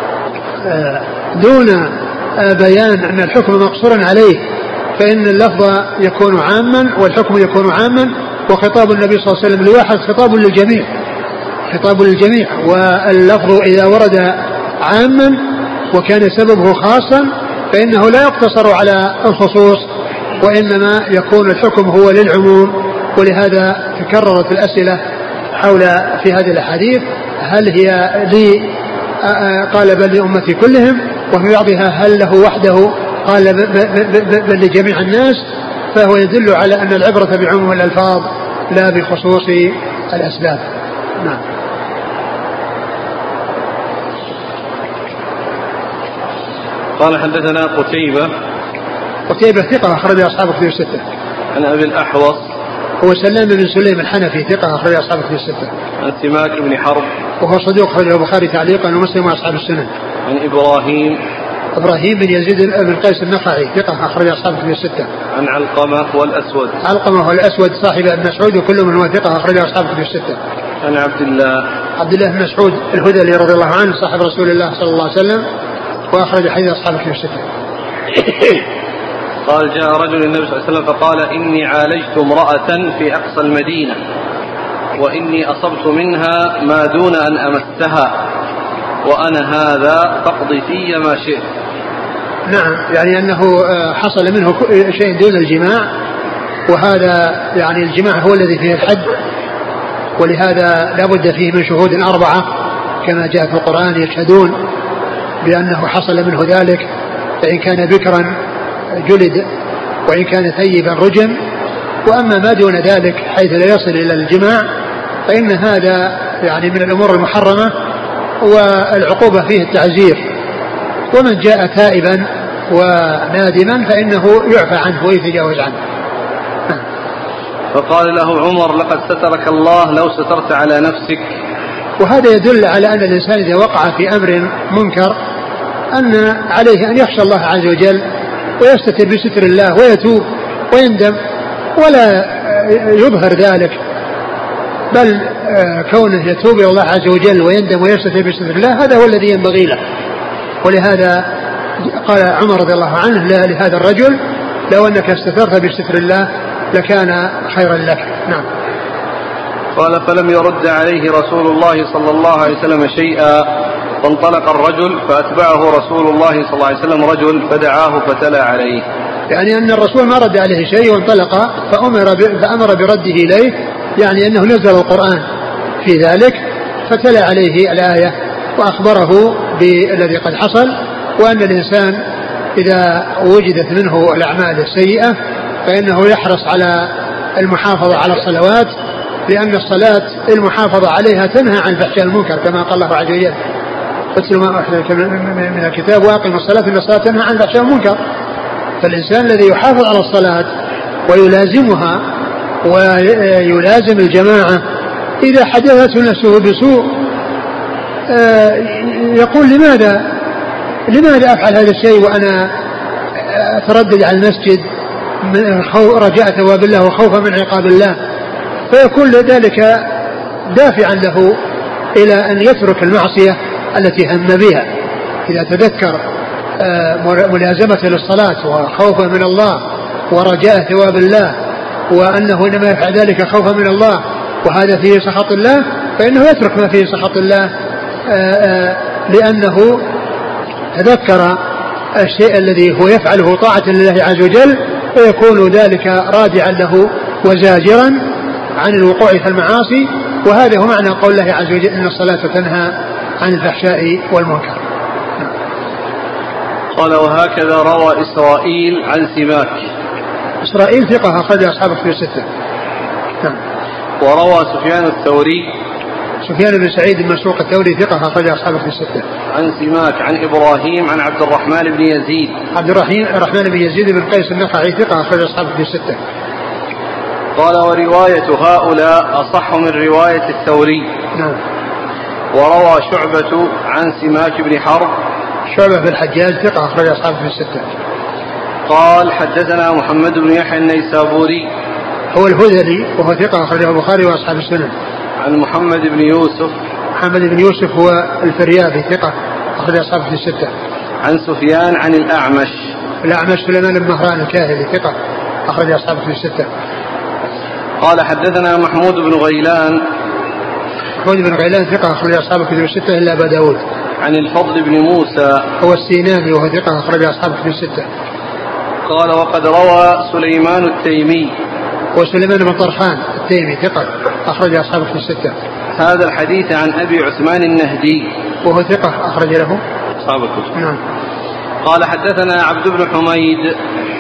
دون بيان أن الحكم مقصور عليه فإن اللفظ يكون عاما والحكم يكون عاما، وخطاب النبي صلى الله عليه وسلم لواحد خطاب للجميع، خطاب للجميع. واللفظ إذا ورد عاما وكان سببه خاصا فإنه لا يقتصر على الخصوص، وإنما يكون الحكم هو للعموم. ولهذا تكررت الأسئلة حول في هذه الأحاديث هل هي لي قال بل لأمتي كلهم، وفي بعضها هل له وحده قال بل لجميع الناس. فهو يدل على أن العبرة بعموم الألفاظ لا بخصوص الأسباب. نعم. قال حدثنا قتيبة ثقة أخرج أصحاب الكتب الستة. عن أبي الأحوص هو سلام بن سليم الحنفي ثقة أخرج أصحاب الكتب الستة. عن سماك بن حرب وهو صدوق أخرجه البخاري تعليقا ومسلم وأصحاب السنن. عن إبراهيم بن يزيد بن قيس النخعي ثقة أخرج أصحاب الكتب الستة. عن علقمة والأسود صاحب ابن مسعود وكل من هو ثقة أخرج أصحاب الكتب الستة. عن عبد الله بن مسعود الهذلي رضي الله عنه صاحب رسول الله صلى الله عليه وسلم وأخرج حديث أصحاب الكتب الستة. قال جاء رجل النبي صلى الله عليه وسلم فقال إني عالجت امرأة في أقصى المدينة وإني أصبت منها ما دون أن أمسها وأنا هذا فاقضي في ما شئت. نعم، يعني أنه حصل منه شيء دون الجماع، وهذا يعني الجماع هو الذي فيه الحد، ولهذا لا بد فيه من شهود 4 كما جاء في القرآن يشهدون بأنه حصل منه ذلك، فإن كان بكرا جلد وإن كان ثيبا رجم. وأما ما دون ذلك حيث لا يصل إلى الجماع فإن هذا يعني من الأمور المحرمة والعقوبة فيه التعزير. ومن جاء تائبا ونادما فإنه يعفى عنه ويتجاوز عنه. فقال له عمر لقد سترك الله لو سترت على نفسك. وهذا يدل على أن الإنسان إذا وقع في أمر منكر أن عليه أن يخشى الله عز وجل ويستتر بستر الله ويتوب ويندم ولا يظهر ذلك، بل كونه يتوب إلى الله عز وجل ويندم ويستتر بستر الله هذا هو الذي ينبغي له. ولهذا قال عمر رضي الله عنه لهذا الرجل لو أنك استترت بستر الله لكان خيرا لك. نعم. قال فلم يرد عليه رسول الله صلى الله عليه وسلم شيئا، فانطلق الرجل فأتبعه رسول الله صلى الله عليه وسلم رجل فدعاه فتلا عليه. يعني أن الرسول ما رد عليه شيء وانطلق فأمر برده إليه، يعني أنه نزل القرآن في ذلك، فتلا عليه الآية وأخبره بالذي قد حصل، وأن الإنسان إذا وجدت منه الأعمال السيئة فإنه يحرص على المحافظة على الصلوات، لأن الصلاة المحافظة عليها تنهى عن الفحشاء والمنكر كما قال الله عز وجل: اتل ما أوحي من الكتاب وأقم الصلاة إن الصلاة تنهى عن الفحشاء والمنكر. فالإنسان الذي يحافظ على الصلاة ويلازمها ويلازم الجماعة إذا حدثته نفسه بسوء يقول لماذا أفعل هذا الشيء وأنا أتردد على المسجد رجاء ثواب الله وخوفا من عقاب الله، فيكون ذلك دافعا له إلى أن يترك المعصية التي هم بها. إذا تذكر ملازمة للصلاة وخوفا من الله ورجاء ثواب الله وأنه إنما يفعل ذلك خوفا من الله وهذا فيه سخط الله، فإنه يترك ما فيه سخط الله لأنه تذكر الشيء الذي هو يفعله طاعة لله عز وجل، فيكون ذلك رادعا له وزاجرا عن الوقوع في المعاصي. وهذا هو معنى قول الله عز وجل: إن الصلاة تنهى عن الفحشاء والمنكر. قال: وهكذا روى إسرائيل عن سماك. إسرائيل ثقة أخرج أصحاب الكتب الستة. وروى سفيان الثوري. سفيان بن سعيد المسروق الثوري ثقة أخرج أصحاب الكتب الستة. عن سماك عن إبراهيم عن عبد الرحمن بن يزيد. عبد الرحمن بن يزيد بن قيس النخعي ثقة أخرج أصحاب الكتب الستة. قال: ورواية هؤلاء أصح من رواية الثوري. نعم. وروى شعبة عن سماك بن حرب. شعبة بن الحجاج ثقة أخرج أصحاب الكتب الستة. قال: حدثنا محمد بن يحيى النيسابوري هو الهذلي وهو ثقة أخرجه البخاري وأصحاب السنن. عن محمد بن يوسف. محمد بن يوسف هو الفريابي ثقة أخرج أصحاب الكتب الستة. عن سفيان عن الأعمش سليمان بن مهران الكاهلي ثقة أخرج أصحاب الكتب الستة. قال: حدثنا محمود بن غيلان. محمود بن غيلان ثقة أخرج أصحاب الكتب الستة إلا أبا داود. عن الفضل بن موسى هو السيناني وهو ثقة أخرج أصحاب الكتب الستة. قال: وقد روى سليمان التيمي. وسليمان بن طرخان التيمي ثقة أخرج أصحاب الكتب الستة. هذا الحديث عن أبي عثمان النهدي وهو ثقة أخرج له أصحاب الكتب. نعم. قال: حدثنا عبد بن حميد.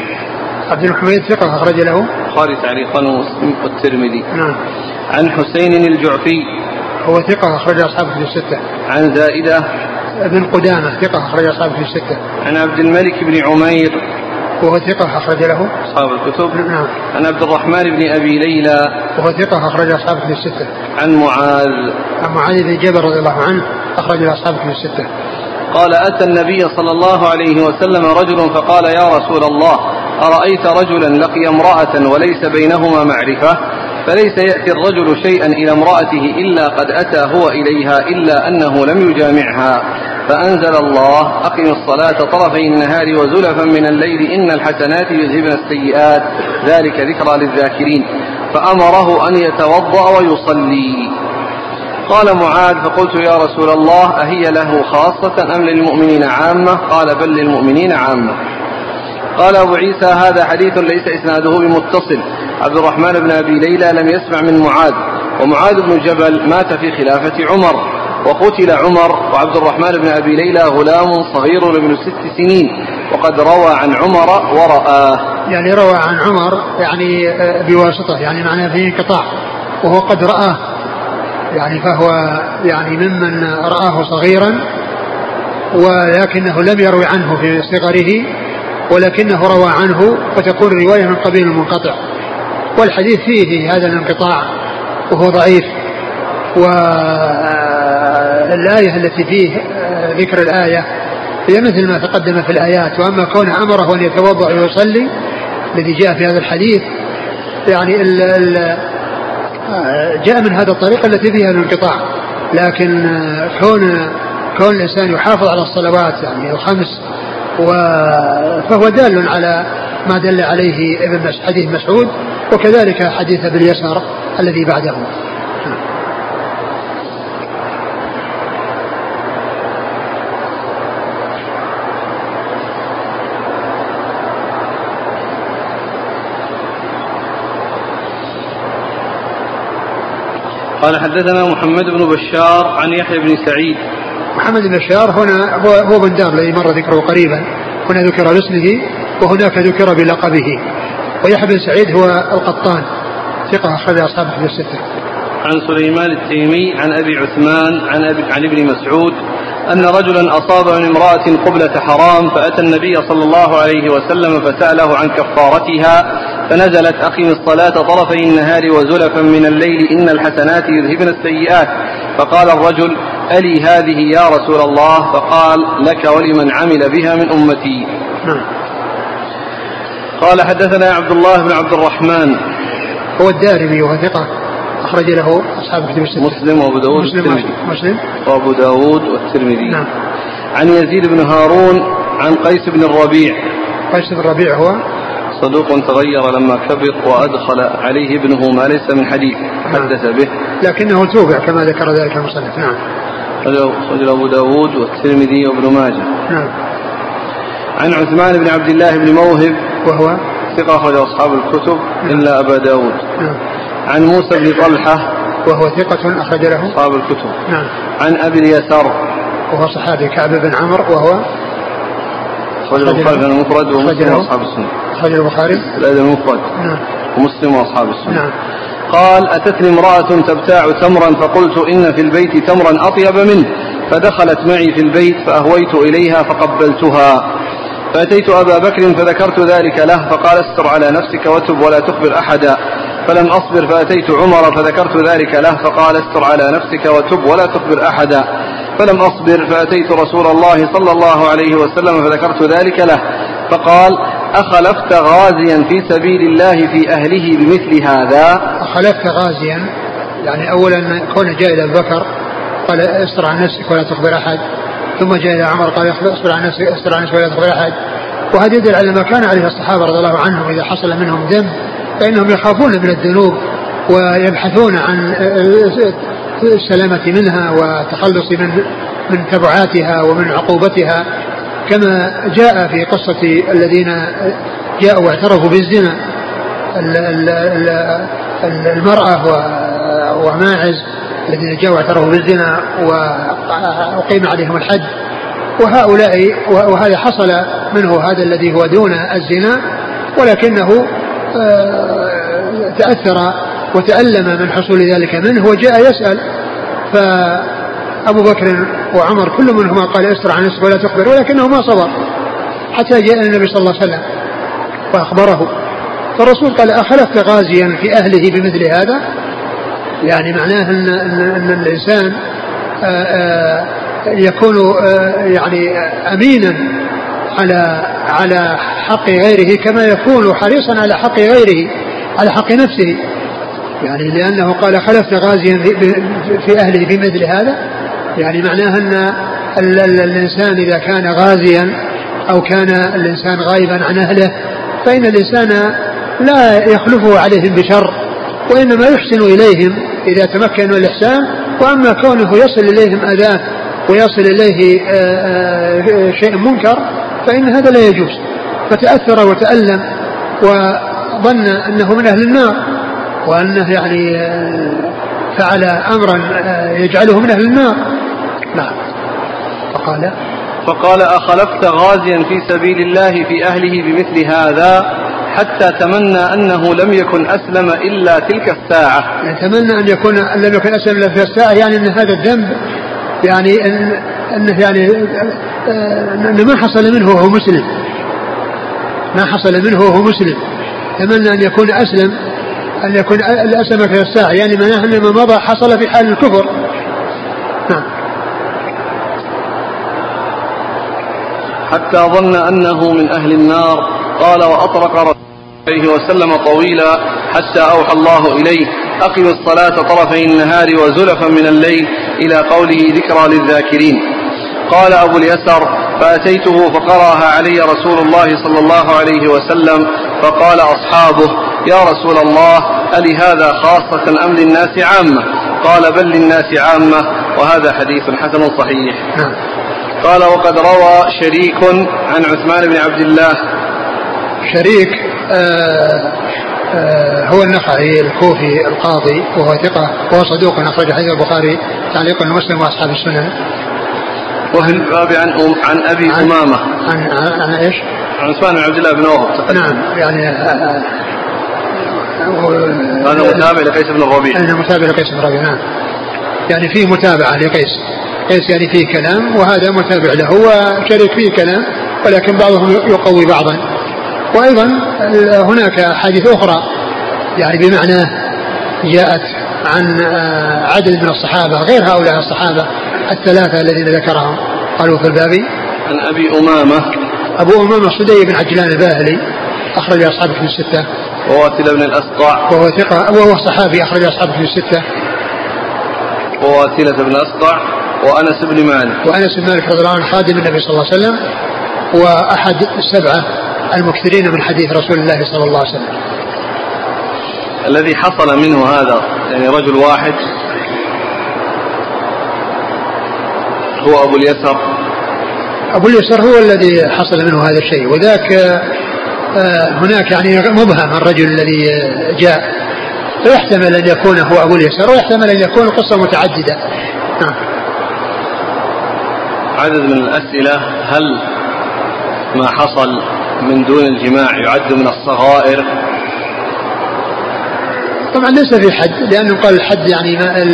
عبد بن حميد ثقة أخرج له البخاري تعليقا والترمذي. نعم. عن حسين الجعفي. هو ثقة أخرج أصحاب الكتب الستة. عن زائدة بن قدامة ثقة أخرج أصحاب الكتب الستة. عن عبد الملك بن عمير. وهو ثقة أخرج له أصحاب الكتب. نعم. عن عبد الرحمن بن أبي ليلى. وهو ثقة أخرج أصحاب الكتب الستة. عن معاذ بن جبل رضي الله عنه أخرج أصحاب الكتب الستة. قال: أتى النبي صلى الله عليه وسلم رجل فقال: يا رسول الله، أرأيت رجلا لقي امرأة وليس بينهما معرفة، فليس يأتي الرجل شيئا إلى امرأته إلا قد أتى هو إليها إلا أنه لم يجامعها، فأنزل الله: أقم الصلاة طرفي النهار وزلفا من الليل إن الحسنات يذهبن السيئات ذلك ذكرى للذاكرين، فأمره أن يتوضأ ويصلي. قال معاذ: فقلت: يا رسول الله، أهي له خاصة أم للمؤمنين عامة؟ قال: بل للمؤمنين عامة. قال أبو عيسى: هذا حديث ليس إسناده بمتصل. عبد الرحمن بن أبي ليلى لم يسمع من معاذ، ومعاذ بن جبل مات في خلافة عمر، وقتل عمر، وعبد الرحمن بن أبي ليلى غلام صغير ابن 6 سنين، وقد روى عن عمر ورآه. يعني روى عن عمر يعني بواسطة، يعني معناه فيه انقطاع، وهو قد رآه، يعني فهو يعني ممن رآه صغيرا ولكنه لم يروي عنه في صغره، ولكنه روى عنه، فتكون الرواية من قبيل المنقطع. والحديث فيه هذا الانقطاع وهو ضعيف. والآية التي فيه ذكر الآية هي مثل ما تقدم في الآيات. وأما كونه أمره أن يتوضأ ويصلي الذي جاء في هذا الحديث يعني جاء من هذا الطريق التي فيها الانقطاع، لكن كون الإنسان يحافظ على الصلوات يعني الخمس فهو دال على ما دل عليه حديث مسعود، وكذلك حديث ابن يسار الذي بعده. قال حدثنا محمد بن بشار عن يحيى بن سعيد. محمد بن بشار هنا هو بندار الذي مر ذكره قريبا، هنا ذكر باسمه وهناك ذكر بلقبه. ويحيى بن سعيد هو القطان ثقة أخرج أصحاب الكتب الستة. عن سليمان التيمي عن أبي عثمان عن ابن مسعود أن رجلا أصاب من امرأة قبلة حرام فأتى النبي صلى الله عليه وسلم فسأله عن كفارتها فنزلت أقم الصلاة طرفي النهار وزلفا من الليل إن الحسنات يذهبن السيئات. فقال الرجل ألي هذه يا رسول الله؟ فقال لك ولمن عمل بها من أمتي. قال حدثنا عبد الله بن عبد الرحمن هو الدارمي وهو ثقة أخرج له أصحاب الكتب الستة. مسلم وأبو داود مسلم وأبو داود والترمذي. نعم. عن يزيد بن هارون عن قيس بن الربيع. قيس بن الربيع هو صدوق تغير لما كبر وأدخل عليه ابنه ما ليس من حديث حدث به لكنه توبع كما ذكر ذلك المصنف. نعم. رجل أبو داود والترمذي وابن ماجه. نعم. عن عثمان بن عبد الله بن موهب وهو ثقة أخرج أصحاب الكتب إلا أبا داود. نعم. عن موسى بن طلحة وهو ثقة أخرج له أصحاب الكتب. نعم. عن أبي اليسار وهو صحابي كعب بن عمرو وهو أخرج البخاري المفرد ومسلم وأصحاب السنة. أخرج البخاري المفرد. نعم. ومسلم وأصحاب السنة. نعم. قال أتتني امرأة تبتاع تمرا فقلت إن في البيت تمرا أطيب منه فدخلت معي في البيت فأهويت إليها فقبلتها فأتيت أبا بكر فذكرت ذلك له فقال استر على نفسك وتب ولا تخبر أحدا فلم أصبر فأتيت عمر فذكرت ذلك له فقال استر على نفسك وتب ولا تخبر أحدا فلم أصبر فأتيت رسول الله صلى الله عليه وسلم فذكرت ذلك له فقال أخلفت غازيا في سبيل الله في أهله بمثل هذا؟ أخلفت غازيا يعني أولا كون جاء إلى أبي بكر قال استر عن نفسك ولا تخبر أحد، ثم جاء إلى عمر قال استر عن نفسك ولا تخبر أحد. وهذا يدل على ما كان عليه الصحابة رضي الله عنهم إذا حصل منهم ذنب فإنهم يخافون من الذنوب ويبحثون عن السلامة منها والتخلص من تبعاتها ومن عقوبتها، كما جاء في قصة الذين جاءوا واعترفوا بالزنا المرأة وماعز الذين جاءوا واعترفوا بالزنا وأقيم عليهم الحد، وهذا حصل منه هذا الذي هو دون الزنا ولكنه تأثر وتألم من حصول ذلك منه وجاء يسأل، فأبو بكر وعمر كل منهما قال استر عن نفسك ولا تخبر، ولكنه ما صبر حتى جاء النبي صلى الله عليه وسلم فأخبره. فالرسول قال أخلفت غازيا في أهله بمثل هذا، يعني معناه أن الإنسان يكون يعني أمينا على حق غيره كما يكون حريصا على حق غيره على حق نفسه، يعني لأنه قال خلفت غازيا في أهله بمثل هذا، يعني معناه أن الإنسان إذا كان غازيا أو كان الإنسان غائبا عن أهله فإن الإنسان لا يخلفه عليهم بشر وإنما يحسن إليهم إذا تمكن من الإحسان، وأما كونه يصل إليهم أذاه ويصل إليه شيء منكر فإن هذا لا يجوز. فتأثر وتألم وظن أنه من أهل النار وأنه يعني فعل أمرا يجعله من أهل النار. نعم. فقال أخلفت غازيا في سبيل الله في أهله بمثل هذا حتى تمنى أنه لم يكن أسلم إلا تلك الساعة. يعني تمنى أن لم يكن أسلم إلا تلك الساعة، يعني أن هذا الذنب يعني أنه يعني أن ما حصل منه وهو مسلم، ما حصل منه وهو مسلم، تمنى أن يكون أسلم في الساعة، يعني معناه أن ما مضى حصل في حال الكفر. نعم. حتى ظن أنه من أهل النار. قال وأطرق رسول الله عليه وسلم طويلا حتى أوحى الله إليه أقم الصلاة طرفي النهار وزلفا من الليل إلى قوله ذكرى للذاكرين. قال أبو اليسر فأتيته فقرأها علي رسول الله صلى الله عليه وسلم فقال أصحابه يا رسول الله ألهذا خاصة أم للناس عامة؟ قال بل للناس عامة وهذا حديث حسن صحيح. قال وقد روى شريك عن عثمان بن عبد الله. شريك هو النخعي الكوفي القاضي وهو ثقة وهو صدوق أخرج حديث البخاري تعليقا ومسلم وأصحاب السنن. وفي الباب عن أبي أمامة عن إيش؟ عن عثمان بن عبد الله بن وهب. نعم يعني هذا متابع لقيس بن الربيع. أنا متابع لقيس بن الربيع. نعم يعني فيه متابعة لقيس. قيس يعني فيه كلام وهذا متابع له وشارك فيه كلام ولكن بعضهم يقوي بعضا. وأيضا هناك حديث أخرى يعني بمعناه جاءت عن عدد من الصحابة غير هؤلاء الصحابة الثلاثة الذين ذكرهم قالوا في الباب. عن أبي أمامة. أبو أمامة صدي بن عجلان الباهلي أخرج أصحابه في الستة. وواثلة بن الأسقع وهو ثقة وهو صحابي أخرج أصحابه في الستة. وواثلة بن الأسقع وأنس بن مالك. وأنس بن مالك رضي الله عنه خادم النبي صلى الله عليه وسلم وأحد السبعة المكثرين من حديث رسول الله صلى الله عليه وسلم. الذي حصل منه هذا يعني رجل واحد هو أبو اليسر. أبو اليسر هو الذي حصل منه هذا الشيء وذاك هناك يعني مبهم الرجل الذي جاء فيحتمل أن يكون هو أبو اليسر ويحتمل أن يكون قصة متعددة. عدد من الأسئلة هل ما حصل من دون الجماع يعد من الصغائر؟ طبعا ليس في حد لأنه قال الحد يعني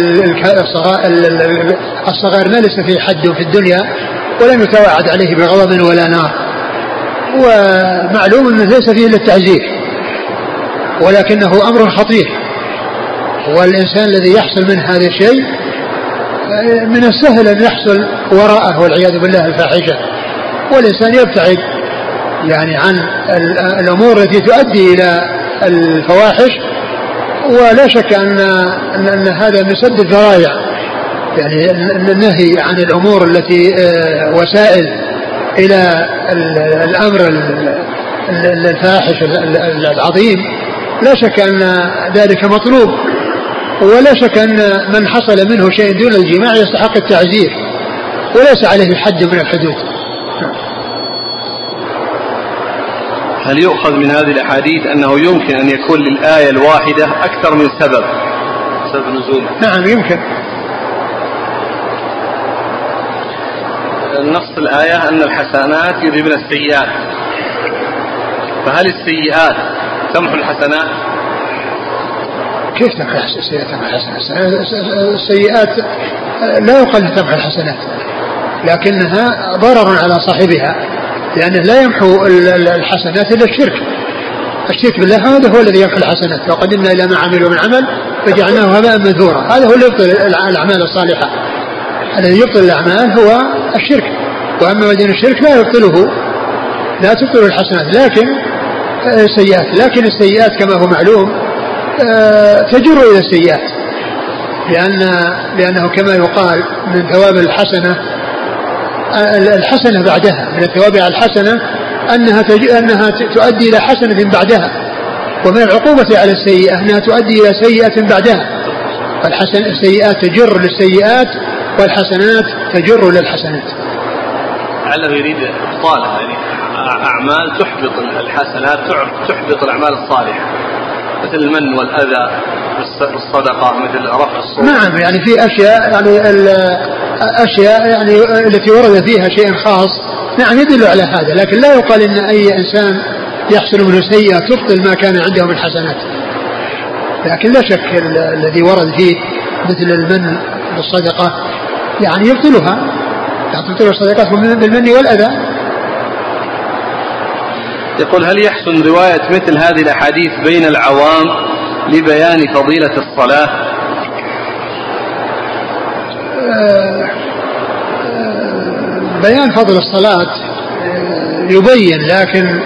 الصغائر ما ليس في حد في الدنيا ولم يتوعد عليه بغضب ولا نار ومعلوم أنه ليس فيه إلا التعزير ولكنه أمر خطير والإنسان الذي يحصل منه هذا الشيء من السهل أن يحصل وراءه والعياذ بالله الفاحشة والإنسان يبتعد يعني عن الأمور التي تؤدي إلى الفواحش ولا شك أن هذا من سد الذرائع يعني النهي عن الأمور التي وسائل إلى الأمر الفاحش العظيم لا شك أن ذلك مطلوب ولا شك أن من حصل منه شيء دون الجماع يستحق التعزير وليس عليه حد من الحدود. هل يؤخذ من هذه الأحاديث أنه يمكن أن يكون للآية الواحدة أكثر من سبب نزول؟ نعم يمكن. نص الآية أن الحسنات يذهبن السيئات فهل السيئات تمحو الحسنات؟ كيف تمحو السيئات؟ السيئات لا يقال تمحو الحسنات لكنها ضرر على صاحبها لأنه لا يمحو الحسنات إلا الشرك بالله هذا هو الذي يمحو الحسنات وقدمنا إلى ما عملوا من عمل فجعلناه هباء منثورا. هذا هو اللي يبطل الأعمال الصالحة. الذي يبطل الأعمال هو الشرك وأما دون الشرك لا تبطل الحسنات لكن السيئات كما هو معلوم تجر إلى السيئات لأنه كما يقال من ثواب الحسنة بعدها من الثواب على الحسنة أنها تؤدي إلى حسنة بعدها ومن العقوبة على السيئة أنها تؤدي إلى سيئة بعدها. السيئات تجر للسيئات والحسنات تجر للحسنات. لعله يريد إبطالها يعني أعمال تحبط الحسنات تحبط الأعمال الصالحة مثل المن والأذى والصدقة مثل رفع الصوت. نعم يعني في أشياء يعني التي ورد فيها شيء خاص نعم يدل على هذا لكن لا يقال إن أي إنسان يحصل منه سيئة تبطل ما كان عنده من حسنات لكن لا شك الذي ورد فيه مثل المن بالصدقة يعني يبطلها تبطل الصدقات بالمن والأذى. يقول هل يحسن رواية مثل هذه الأحاديث بين العوام لبيان فضيلة الصلاة؟ بيان فضل الصلاة يبين لكن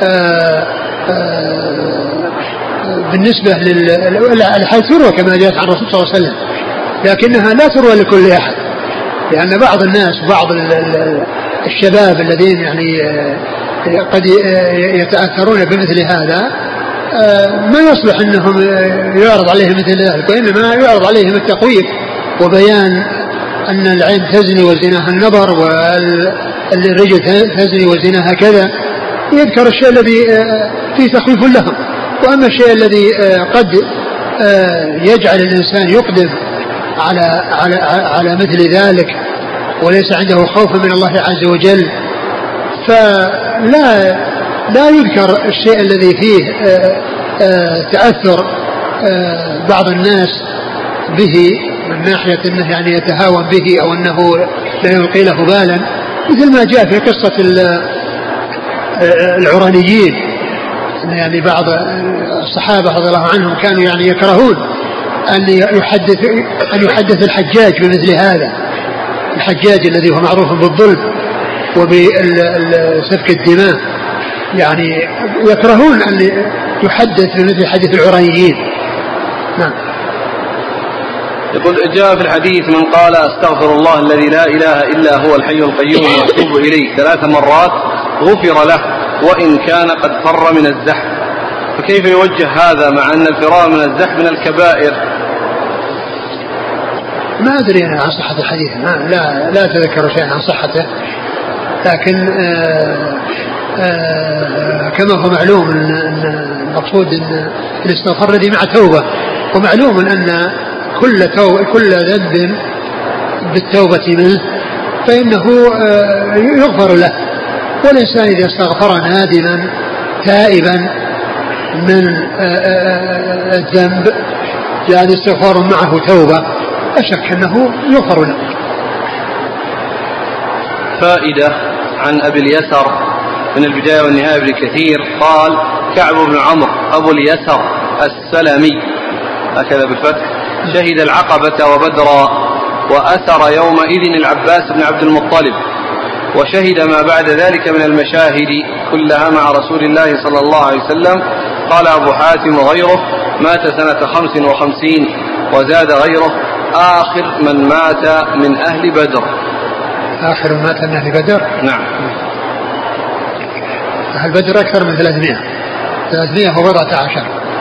بالنسبة للحال تروى كما جاءت عن الرسول صلى الله عليه وسلم لكنها لا تروى لكل أحد لأن بعض الناس وبعض الشباب الذين يعني قد يتأثرون بمثل هذا ما يصلح أنهم يعرض عليهم مثل ذلك وإنما يعرض عليهم التقويف وبيان أن العين تزني وزناها النظر والرجل تزني وزناها كذا يذكر الشيء الذي فيه تخويف لهم وأما الشيء الذي قد يجعل الإنسان يقدم على مثل ذلك وليس عنده خوف من الله عز وجل، فلا يذكر الشيء الذي فيه تأثر بعض الناس به من ناحية أنه يعني يتهاون به أو أنه لا يلقي له بالا، مثل ما جاء في قصة العرانيين، يعني بعض الصحابة رضي الله عنهم كانوا يعني يكرهون أن يحدث الحجاج بمثل هذا، الحجاج الذي هو معروف بالظلم وبسفك الدماء، يعني يكرهون أن يحدث بمثل حديث العرانيين. نعم. يقول جاء في الحديث من قال استغفر الله الذي لا إله إلا هو الحي القيوم وأتوب إليه 3 مرات غفر له وإن كان قد فر من الزحف، فكيف يوجه هذا مع أن الفرار من الزحف من الكبائر؟ ما أدري أنا عن صحة الحديث، لا أتذكر شيئا عن صحته، لكن كما هو معلوم أن المقصود أن الاستغفار الذي مع توبة، ومعلوم أن كل ذنب بالتوبة منه فإنه يغفر له، والإنسان إذا استغفر نادما تائبا من الذنب يعني استغفار معه توبة لا شك أنه يغفر له. فائدة عن أبي اليسر من البداية والنهاية ابن كثير قال كعب بن عمرو أبو اليسر السلمي هكذا بالفتح شهد العقبة وبدرا وأثر يومئذ العباس بن عبد المطلب، وشهد ما بعد ذلك من المشاهد كلها مع رسول الله صلى الله عليه وسلم. قال أبو حاتم وغيره مات سنة 55، وزاد غيره آخر من مات من أهل بدر. آخر من مات من أهل بدر؟ نعم. أهل بدر أكثر من 300 وبضعة عشر.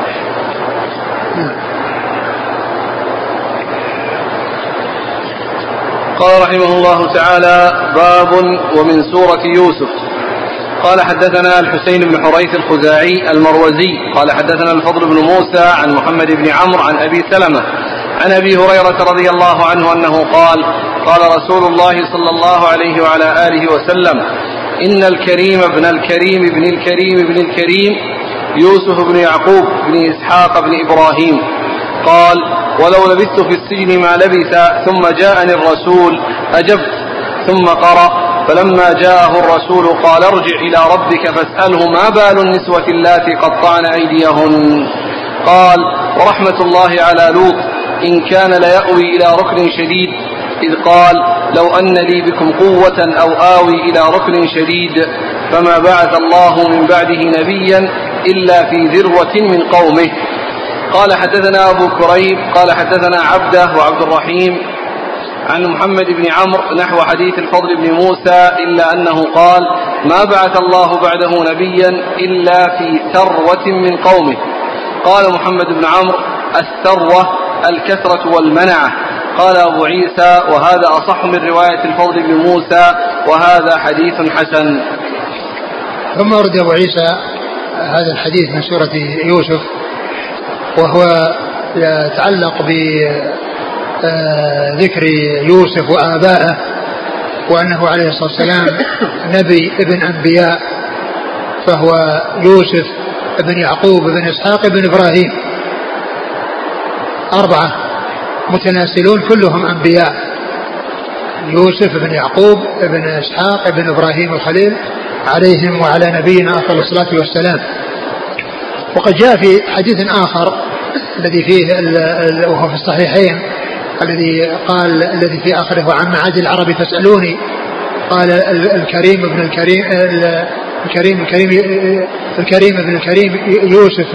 قال رحمه الله تعالى باب ومن سورة يوسف. قال حدثنا الحسين بن حريث الخزاعي المروزي قال حدثنا الفضل بن موسى عن محمد بن عمرو عن أبي سلمة عن أبي هريرة رضي الله عنه أنه قال قال رسول الله صلى الله عليه وعلى آله وسلم إن الكريم ابن الكريم ابن الكريم ابن الكريم يوسف بن يعقوب بن إسحاق بن إبراهيم قال ولو لبثت في السجن ما لبث ثم جاءني الرسول أجبت ثم قرأ فلما جاءه الرسول قال ارجع إلى ربك فاسأله ما بال النسوة اللاتي قطعن أيديهن قال ورحمة الله على لوط إن كان ليأوي إلى ركن شديد إذ قال لو أن لي بكم قوة أو آوي إلى ركن شديد فما بعث الله من بعده نبيا إلا في ذروة من قومه. قال حدثنا أبو كريب قال حدثنا عبده وعبد الرحيم عن محمد بن عمرو نحو حديث الفضل بن موسى إلا أنه قال ما بعث الله بعده نبيا إلا في ثروة من قومه. قال محمد بن عمرو الثروة الكثرة والمنعة. قال أبو عيسى وهذا أصح من رواية الفضل بن موسى وهذا حديث حسن. ثم ورد أبو عيسى هذا الحديث من سورة يوسف وهو يتعلق بذكر يوسف وآبائه وأنه عليه الصلاة والسلام نبي ابن أنبياء، فهو يوسف ابن يعقوب ابن إسحاق ابن إبراهيم، 4 متناسلون كلهم أنبياء، يوسف ابن يعقوب ابن إسحاق ابن إبراهيم الخليل عليهم وعلى نبينا أفضل الصلاة والسلام. وقد جاء في حديث آخر الذي فيه وهو في الصحيحين الذي في آخره وعن معاد العرب تسألوني قال الكريم ابن الكريم الكريم ابن الكريم يوسف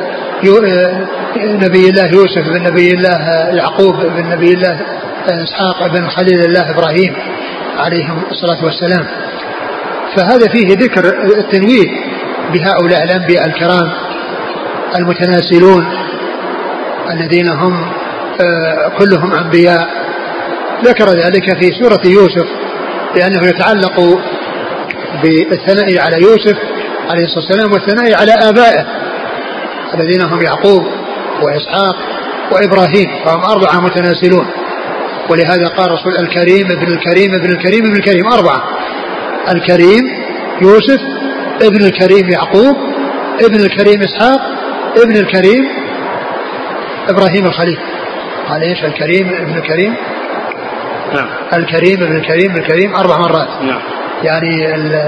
نبي الله يوسف بن نبي الله يعقوب بن نبي الله إسحاق بن خليل الله إبراهيم عليهم الصلاة والسلام. فهذا فيه ذكر التنويه بهؤلاء الأنبياء الكرام المتناسلون الذين هم كلهم أنبياء. ذكر ذلك في سورة يوسف لأنه يتعلق بالثناء على يوسف عليه الصلاة والسلام والثناء على آبائه الذين هم يعقوب وإسحاق وإبراهيم، فهم 4 متناسلون. ولهذا قال رسول الكريم ابن الكريم ابن الكريم ابن الكريم 4: الكريم يوسف، ابن الكريم يعقوب، ابن الكريم إسحاق، ابن الكريم إبراهيم الخليل. قال إيش؟ الكريم ابن الكريم. نعم. الكريم ابن الكريم ابن الكريم 4 مرات. نعم. يعني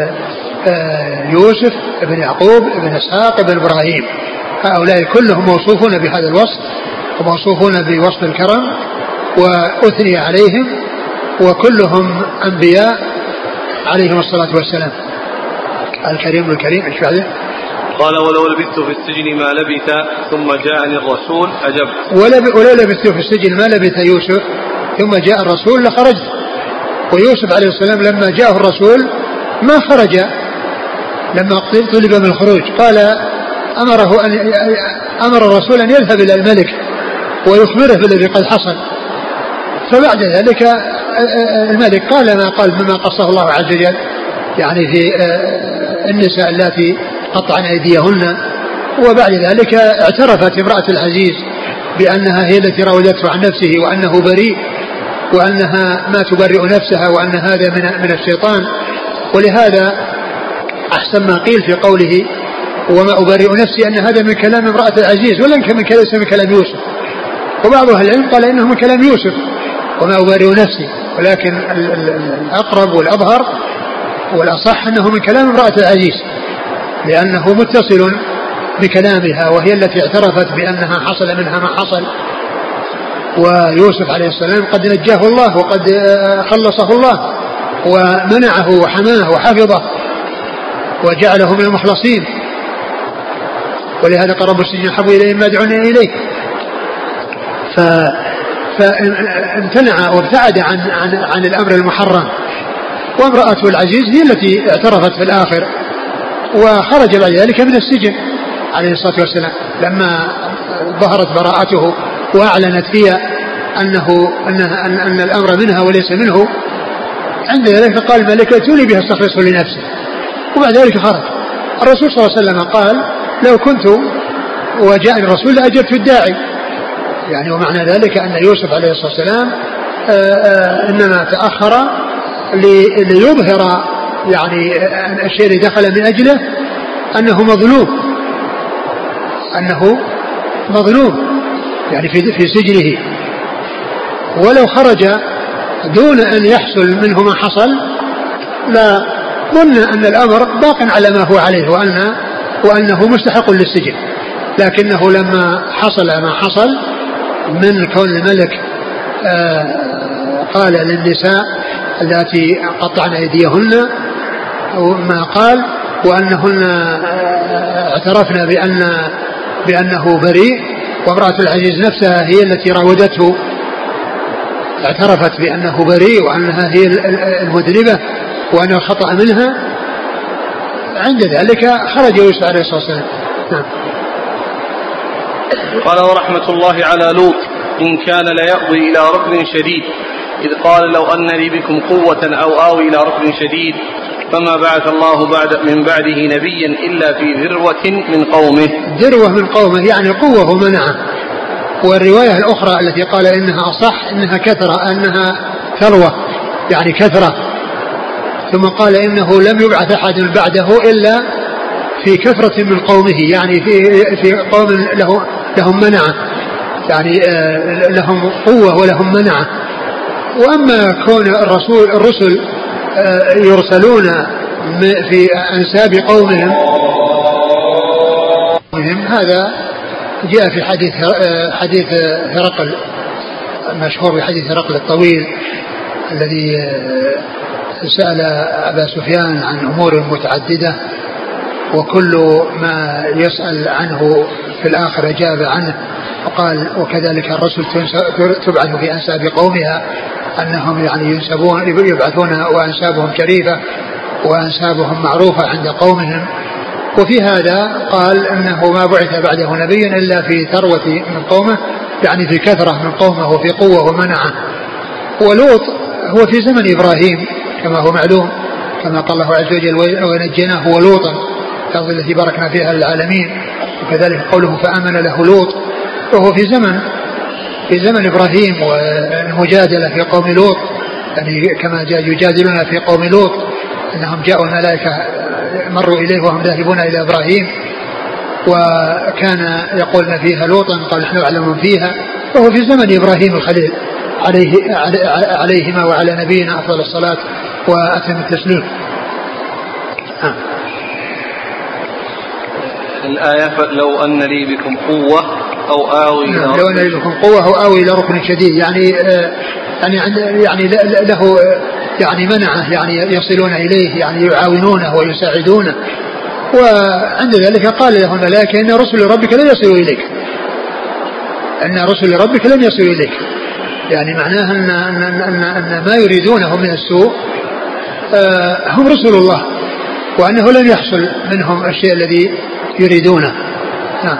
يوسف ابن يعقوب ابن إسحاق ابن إبراهيم، هؤلاء كلهم موصوفون بهذا الوصف وموصوفون بوصف الكرم وأثني عليهم، وكلهم أنبياء عليهم الصلاة والسلام. الكريم الكريم ايش بعده؟ قال ولو لبثت في السجن ما لبث ثم جاءني الرسول أجبت. ولو لبثت في السجن ما لبث يوسف ثم جاء الرسول لخرجت. ويوسف عليه السلام لما جاءه الرسول ما خرج، لما طلب من الخروج قال أمر الرسول أن يذهب إلى الملك ويخبره بالذي قد حصل. فبعد ذلك الملك قال ما قال مما قصه الله عز وجل يعني في النساء التي قطعن أيديهن. وبعد ذلك اعترفت امرأة العزيز بأنها هي التي راودته عن نفسه وأنه بريء، وأنها ما تبرئ نفسها، وأن هذا من الشيطان. ولهذا أحسن ما قيل في قوله وما أبرئ نفسي أن هذا من كلام امرأة العزيز ولن ليس من كلام يوسف. وبعض أهل العلم قال إنه من كلام يوسف وما أبرئ نفسي، ولكن الأقرب والأظهر والأصح أنه من كلام امرأة العزيز، لأنه متصل بكلامها وهي التي اعترفت بأنها حصل منها ما حصل. ويوسف عليه السلام قد نجاه الله وقد خلصه الله ومنعه وحماه وحفظه وجعله من المخلصين، ولهذا قال رب السجن أحب إليه ما دعوني إليه. فامتنع وابتعد عن الأمر المحرم. وامرأته العزيز هي التي اعترفت في الآخر، وخرج بعد ذلك من السجن عليه الصلاة والسلام لما ظهرت براءته وأعلنت فيها أن الأمر منها وليس منه. عند ذلك قال الملك ائتوني بها استخلصه لنفسه، وبعد ذلك خرج. الرسول صلى الله عليه وسلم قال لو كنت وجاءني الرسول لأجبت الداعي، يعني ومعنى ذلك أن يوسف عليه الصلاة والسلام إنما تأخر ليظهر يعني الشيء اللي دخل من أجله أنه مظلوم يعني في سجنه. ولو خرج دون أن يحصل منه ما حصل لا ظن أن الأمر باق على ما هو عليه وأنه مستحق للسجن. لكنه لما حصل ما حصل من كون الملك قال للنساء التي قطعن أيديهن أو ما قال وأنهن اعترفنا بأنه بريء، وامرأة العزيز نفسها هي التي راودته اعترفت بأنه بريء وأنها هي المذنبة وأن الخطأ منها. عند ذلك خرج يوسف عليه الصلاة والسلام. نعم. قال ورحمة الله على لوط إن كان ليأوي إلى ركن شديد إذ قال لو أن لي بكم قوة أو آوي إلى ركن شديد فما بعث الله من بعده نبيا إلا في ذروة من قومه. ذروة من قومه يعني قوة ومنعة. والرواية الأخرى التي قال إنها أصح إنها كثرة، أنها ثروة يعني كثرة. ثم قال إنه لم يبعث أحد بعده إلا في كثرة من قومه، يعني في قوم لهم منعة، يعني لهم قوة ولهم منعة. وأما كون الرسل يرسلون في أنساب قومهم هذا جاء في حديث هرقل مشهور، بحديث هرقل الطويل الذي سأل أبا سفيان عن أمور متعددة وكل ما يسأل عنه في الآخر أجاب عنه. وقال وكذلك الرسل تبعث في أنساب قومها، أنهم يعني يبعثون وأنسابهم شريفة وأنسابهم معروفة عند قومهم. وفي هذا قال أنه ما بعث بعده نبي إلا في ثروة من قومه، يعني في كثرة من قومه وفي قوة ومنعة. ولوط هو في زمن إبراهيم كما هو معلوم، كما قال الله عز وجل ونجيناه ولوطا الأرض التي باركنا فيها للعالمين. وكذلك قوله فآمن له لوط، وهو في زمن إبراهيم والمجادلة في قوم لوط، يعني كما يجادلون في قوم لوط أنهم جاءوا الملائكة مروا إليه وهم ذاهبون إلى إبراهيم وكان يقولن فيها لوطا قال نحن نعلم فيها، وهو في زمن إبراهيم الخليل عليهما وعلى نبينا أفضل الصلاة وأتم التسليم. الآية لو أن لي بكم قوة أو آوي لو أن لي بكم قوة أو آوي إلى ركن شديد، يعني له يعني منعه، يعني يصلون إليه، يعني يعاونونه ويساعدونه. وعند ذلك قال له الملائكة إن رسل ربك لن يصلوا إليك، أن رسل ربك لن يصلوا إليك، يعني معناه أن ما يريدونه من السوء هم رسل الله، وأنه لن يحصل منهم الشيء الذي يريدونه. نعم.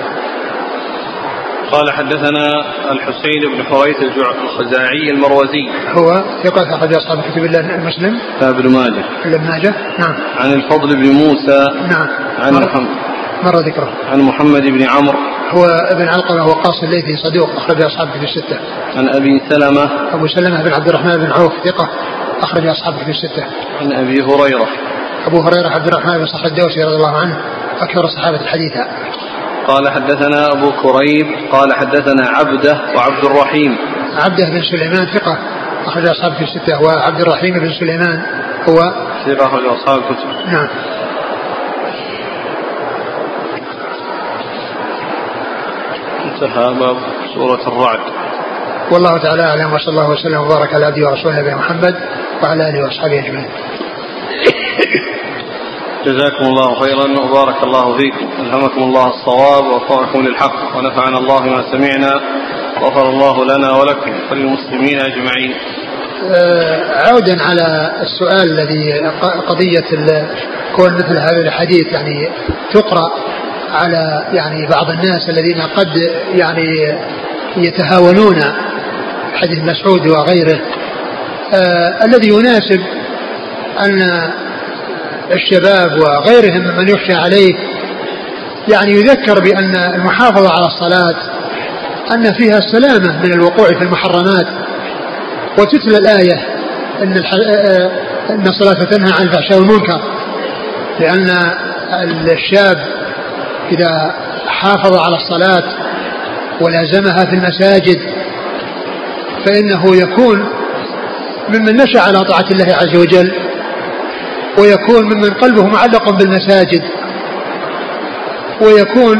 قال حدثنا الحسين بن حريث الخزاعي المروزي، هو ثقة أحد أصحاب كتب الله مسلم ابن ماجه. نعم. عن الفضل بن موسى. نعم. عن محمد مر ذكره. عن محمد بن عمرو هو ابن علقمة وقاص الليثي صدوق أخرج أصحاب كتب الستة. عن أبي سلمة أبو سلمة بن عبد الرحمن بن عوف ثقة أخرج أصحاب كتب الستة. عن أبي هريرة أبو هريرة عبد الرحمن بن صخر الدوسي رضي الله عنه أكثر الصحابة حديثا. قال حدثنا أبو كريب قال حدثنا عبده وعبد الرحيم. عبده بن سليمان ثقة أخرج أصحاب في الستة، وعبد الرحيم بن سليمان هو ثقة أخرج أصحاب الكتب. نعم. انتهى باب سورة الرعد. والله تعالى أعلم، وصلى الله وسلم وبارك على عبده ورسوله نبينا محمد وعلى آله وأصحابه أجمعين. جزاكم الله خيرا وبارك الله فيكم، ألهمكم الله الصواب ووفقكم للحق، ونفعنا الله ما سمعنا، غفر الله لنا ولكم وللمسلمين أجمعين. عودا على السؤال الذي قضية كون مثل هذا الحديث يعني تقرأ على يعني بعض الناس الذين قد يعني يتهاونون حديث مسعود وغيره، الذي يناسب أن الشباب وغيرهم من يخشى عليه يعني يذكر بأن المحافظة على الصلاة أن فيها السلامة من الوقوع في المحرمات، وتتلى الآية أن الصلاة تنهى عن الفحشاء والمنكر، لأن الشاب إذا حافظ على الصلاة ولازمها في المساجد فإنه يكون ممن نشأ على طاعة الله عز وجل، ويكون ممن قلبه معلق بالمساجد، ويكون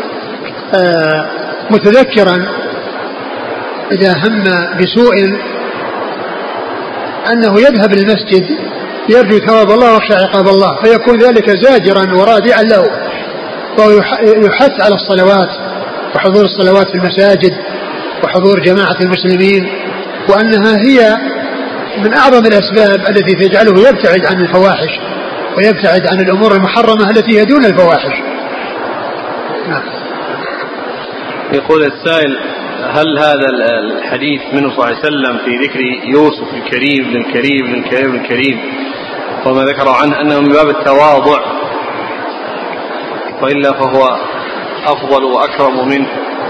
متذكرا إذا هم بسوء أنه يذهب للمسجد يرجو ثواب الله ويخشى عقاب الله، فيكون ذلك زاجرا ورادعا له، ويحث على الصلوات وحضور الصلوات في المساجد وحضور جماعة المسلمين، وأنها هي من أعظم الأسباب التي تجعله يبتعد عن الفواحش ويبتعد عن الأمور المحرمة التي هي دون الفواحش. نعم. يقول السائل: هل هذا الحديث منه صلى الله عليه وسلم في ذكر يوسف الكريم بن الكريم بن الكريم بن الكريم وما ذكر عنه أنه من باب التواضع، وإلا فهو أفضل وأكرم منه؟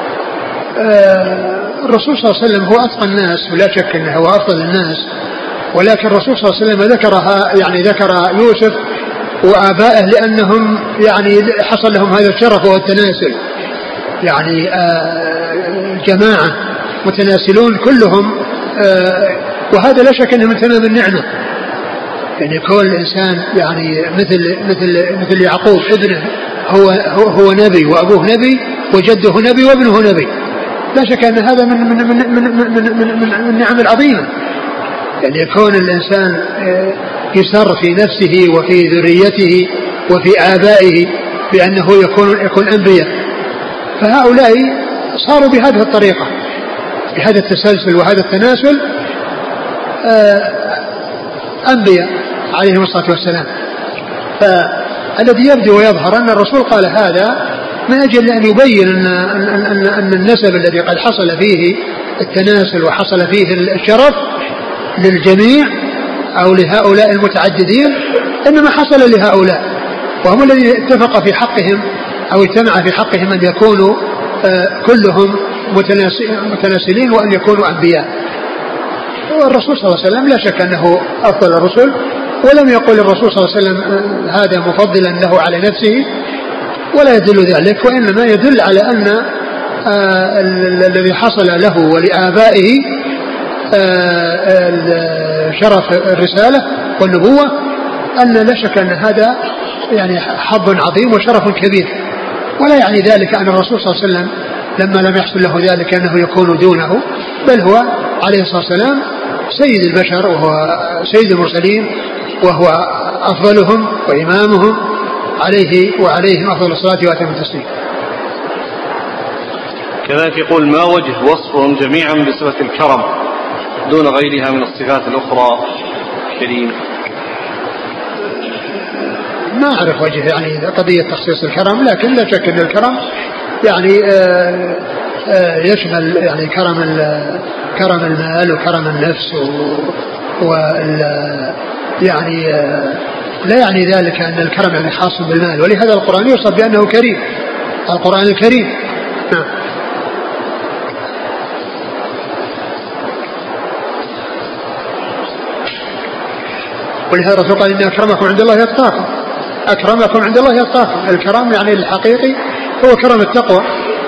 الرسول صلى الله عليه وسلم هو أتقى الناس ولا شك أنه هو أفضل الناس، ولكن الرسول صلى الله عليه وسلم ذكر يوسف وآبائه لأنهم يعني حصل لهم هذا الشرف وهو التناسل، يعني جماعة متناسلون كلهم، وهذا لا شك أنه من تمام النعمة، يعني كون الإنسان يعني مثل يعقوب ابنه هو نبي وأبوه نبي وجده نبي وابنه نبي، لا شك أن هذا من النعم العظيمة، يعني يكون الإنسان يسر في نفسه وفي ذريته وفي آبائه بأنه يكون أنبياء، فهؤلاء صاروا بهذه الطريقة بهذا التسلسل وهذا التناسل أنبياء عليهم الصلاة والسلام. فالذي يبدو ويظهر أن الرسول قال هذا من أجل أن يبين أن النسب الذي قد حصل فيه التناسل وحصل فيه الشرف للجميع أو لهؤلاء المتعددين إنما حصل لهؤلاء، وهم الذين اتفق في حقهم أو اجتمع في حقهم أن يكونوا كلهم متناسلين وأن يكونوا أنبياء. والرسول صلى الله عليه وسلم لا شك أنه أفضل الرسل، ولم يقل الرسول صلى الله عليه وسلم هذا مفضلا له على نفسه، ولا يدل ذلك، وإنما يدل على أن الذي حصل له ولآبائه شرف الرسالة والنبوة، أن لا شك أن هذا يعني حظ عظيم وشرف كبير. ولا يعني ذلك أن الرسول صلى الله عليه وسلم لما لم يحصل له ذلك أنه يكون دونه، بل هو عليه الصلاة والسلام سيد البشر وهو سيد المرسلين وهو أفضلهم وإمامهم، عليه وعليهم أفضل الصلاة وأتم التسليم. كذلك يقول: ما وجه وصفهم جميعا بصفة الكرم دون غيرها من الصفات الأخرى كريم؟ ما أعرف وجه يعني قضية تخصيص الكرم، لكن لا شك أن الكرم يعني يشمل يعني كرم المال وكرم النفس يعني لا يعني ذلك أن الكرم يعني خاص بالمال، ولهذا القرآن يوصف بأنه كريم، القرآن الكريم. نعم. ولهذا الرسول قال: إن أكرمكم عند الله يتقاكم، أكرمكم عند الله يتقاكم. الكرم يعني الحقيقي هو كرم التقوى.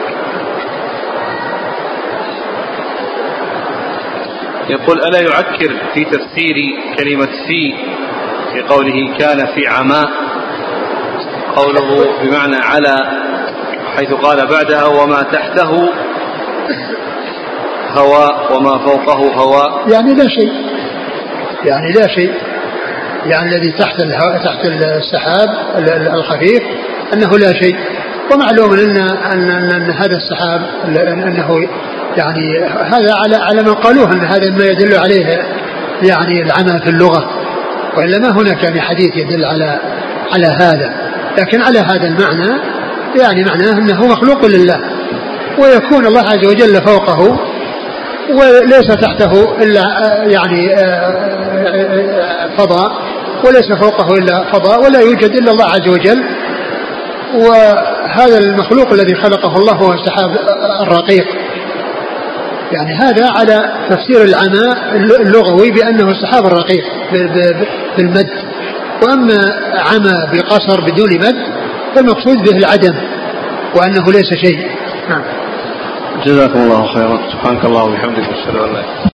يقول: ألا يعكر في تفسير كلمة في قوله كان في عماء قوله بمعنى على، حيث قال بعدها وما تحته هواء وما فوقه هواء، يعني لا شيء، يعني لا شيء، يعني الذي تحت السحاب الخفيف أنه لا شيء. ومعلوم أن هذا السحاب أنه يعني هذا على من قالوه أن هذا ما يدل عليه يعني العمى في اللغة، وإلا ما هناك يعني حديث يدل على هذا. لكن على هذا المعنى يعني معناه أنه مخلوق لله، ويكون الله عز وجل فوقه وليس تحته إلا يعني فضاء، وليس فوقه إلا فضاء، ولا يوجد إلا الله عز وجل. وهذا المخلوق الذي خلقه الله هو السحاب الرقيق. يعني هذا على تفسير العمى اللغوي بأنه السحاب الرقيق بالمد، وأما عمى بقصر بدون مد فالمقصود به العدم وأنه ليس شيء. نعم. جزاكم الله خيرا. سبحانك اللهم وبحمدك، أشهد أن لا إله إلا أنت.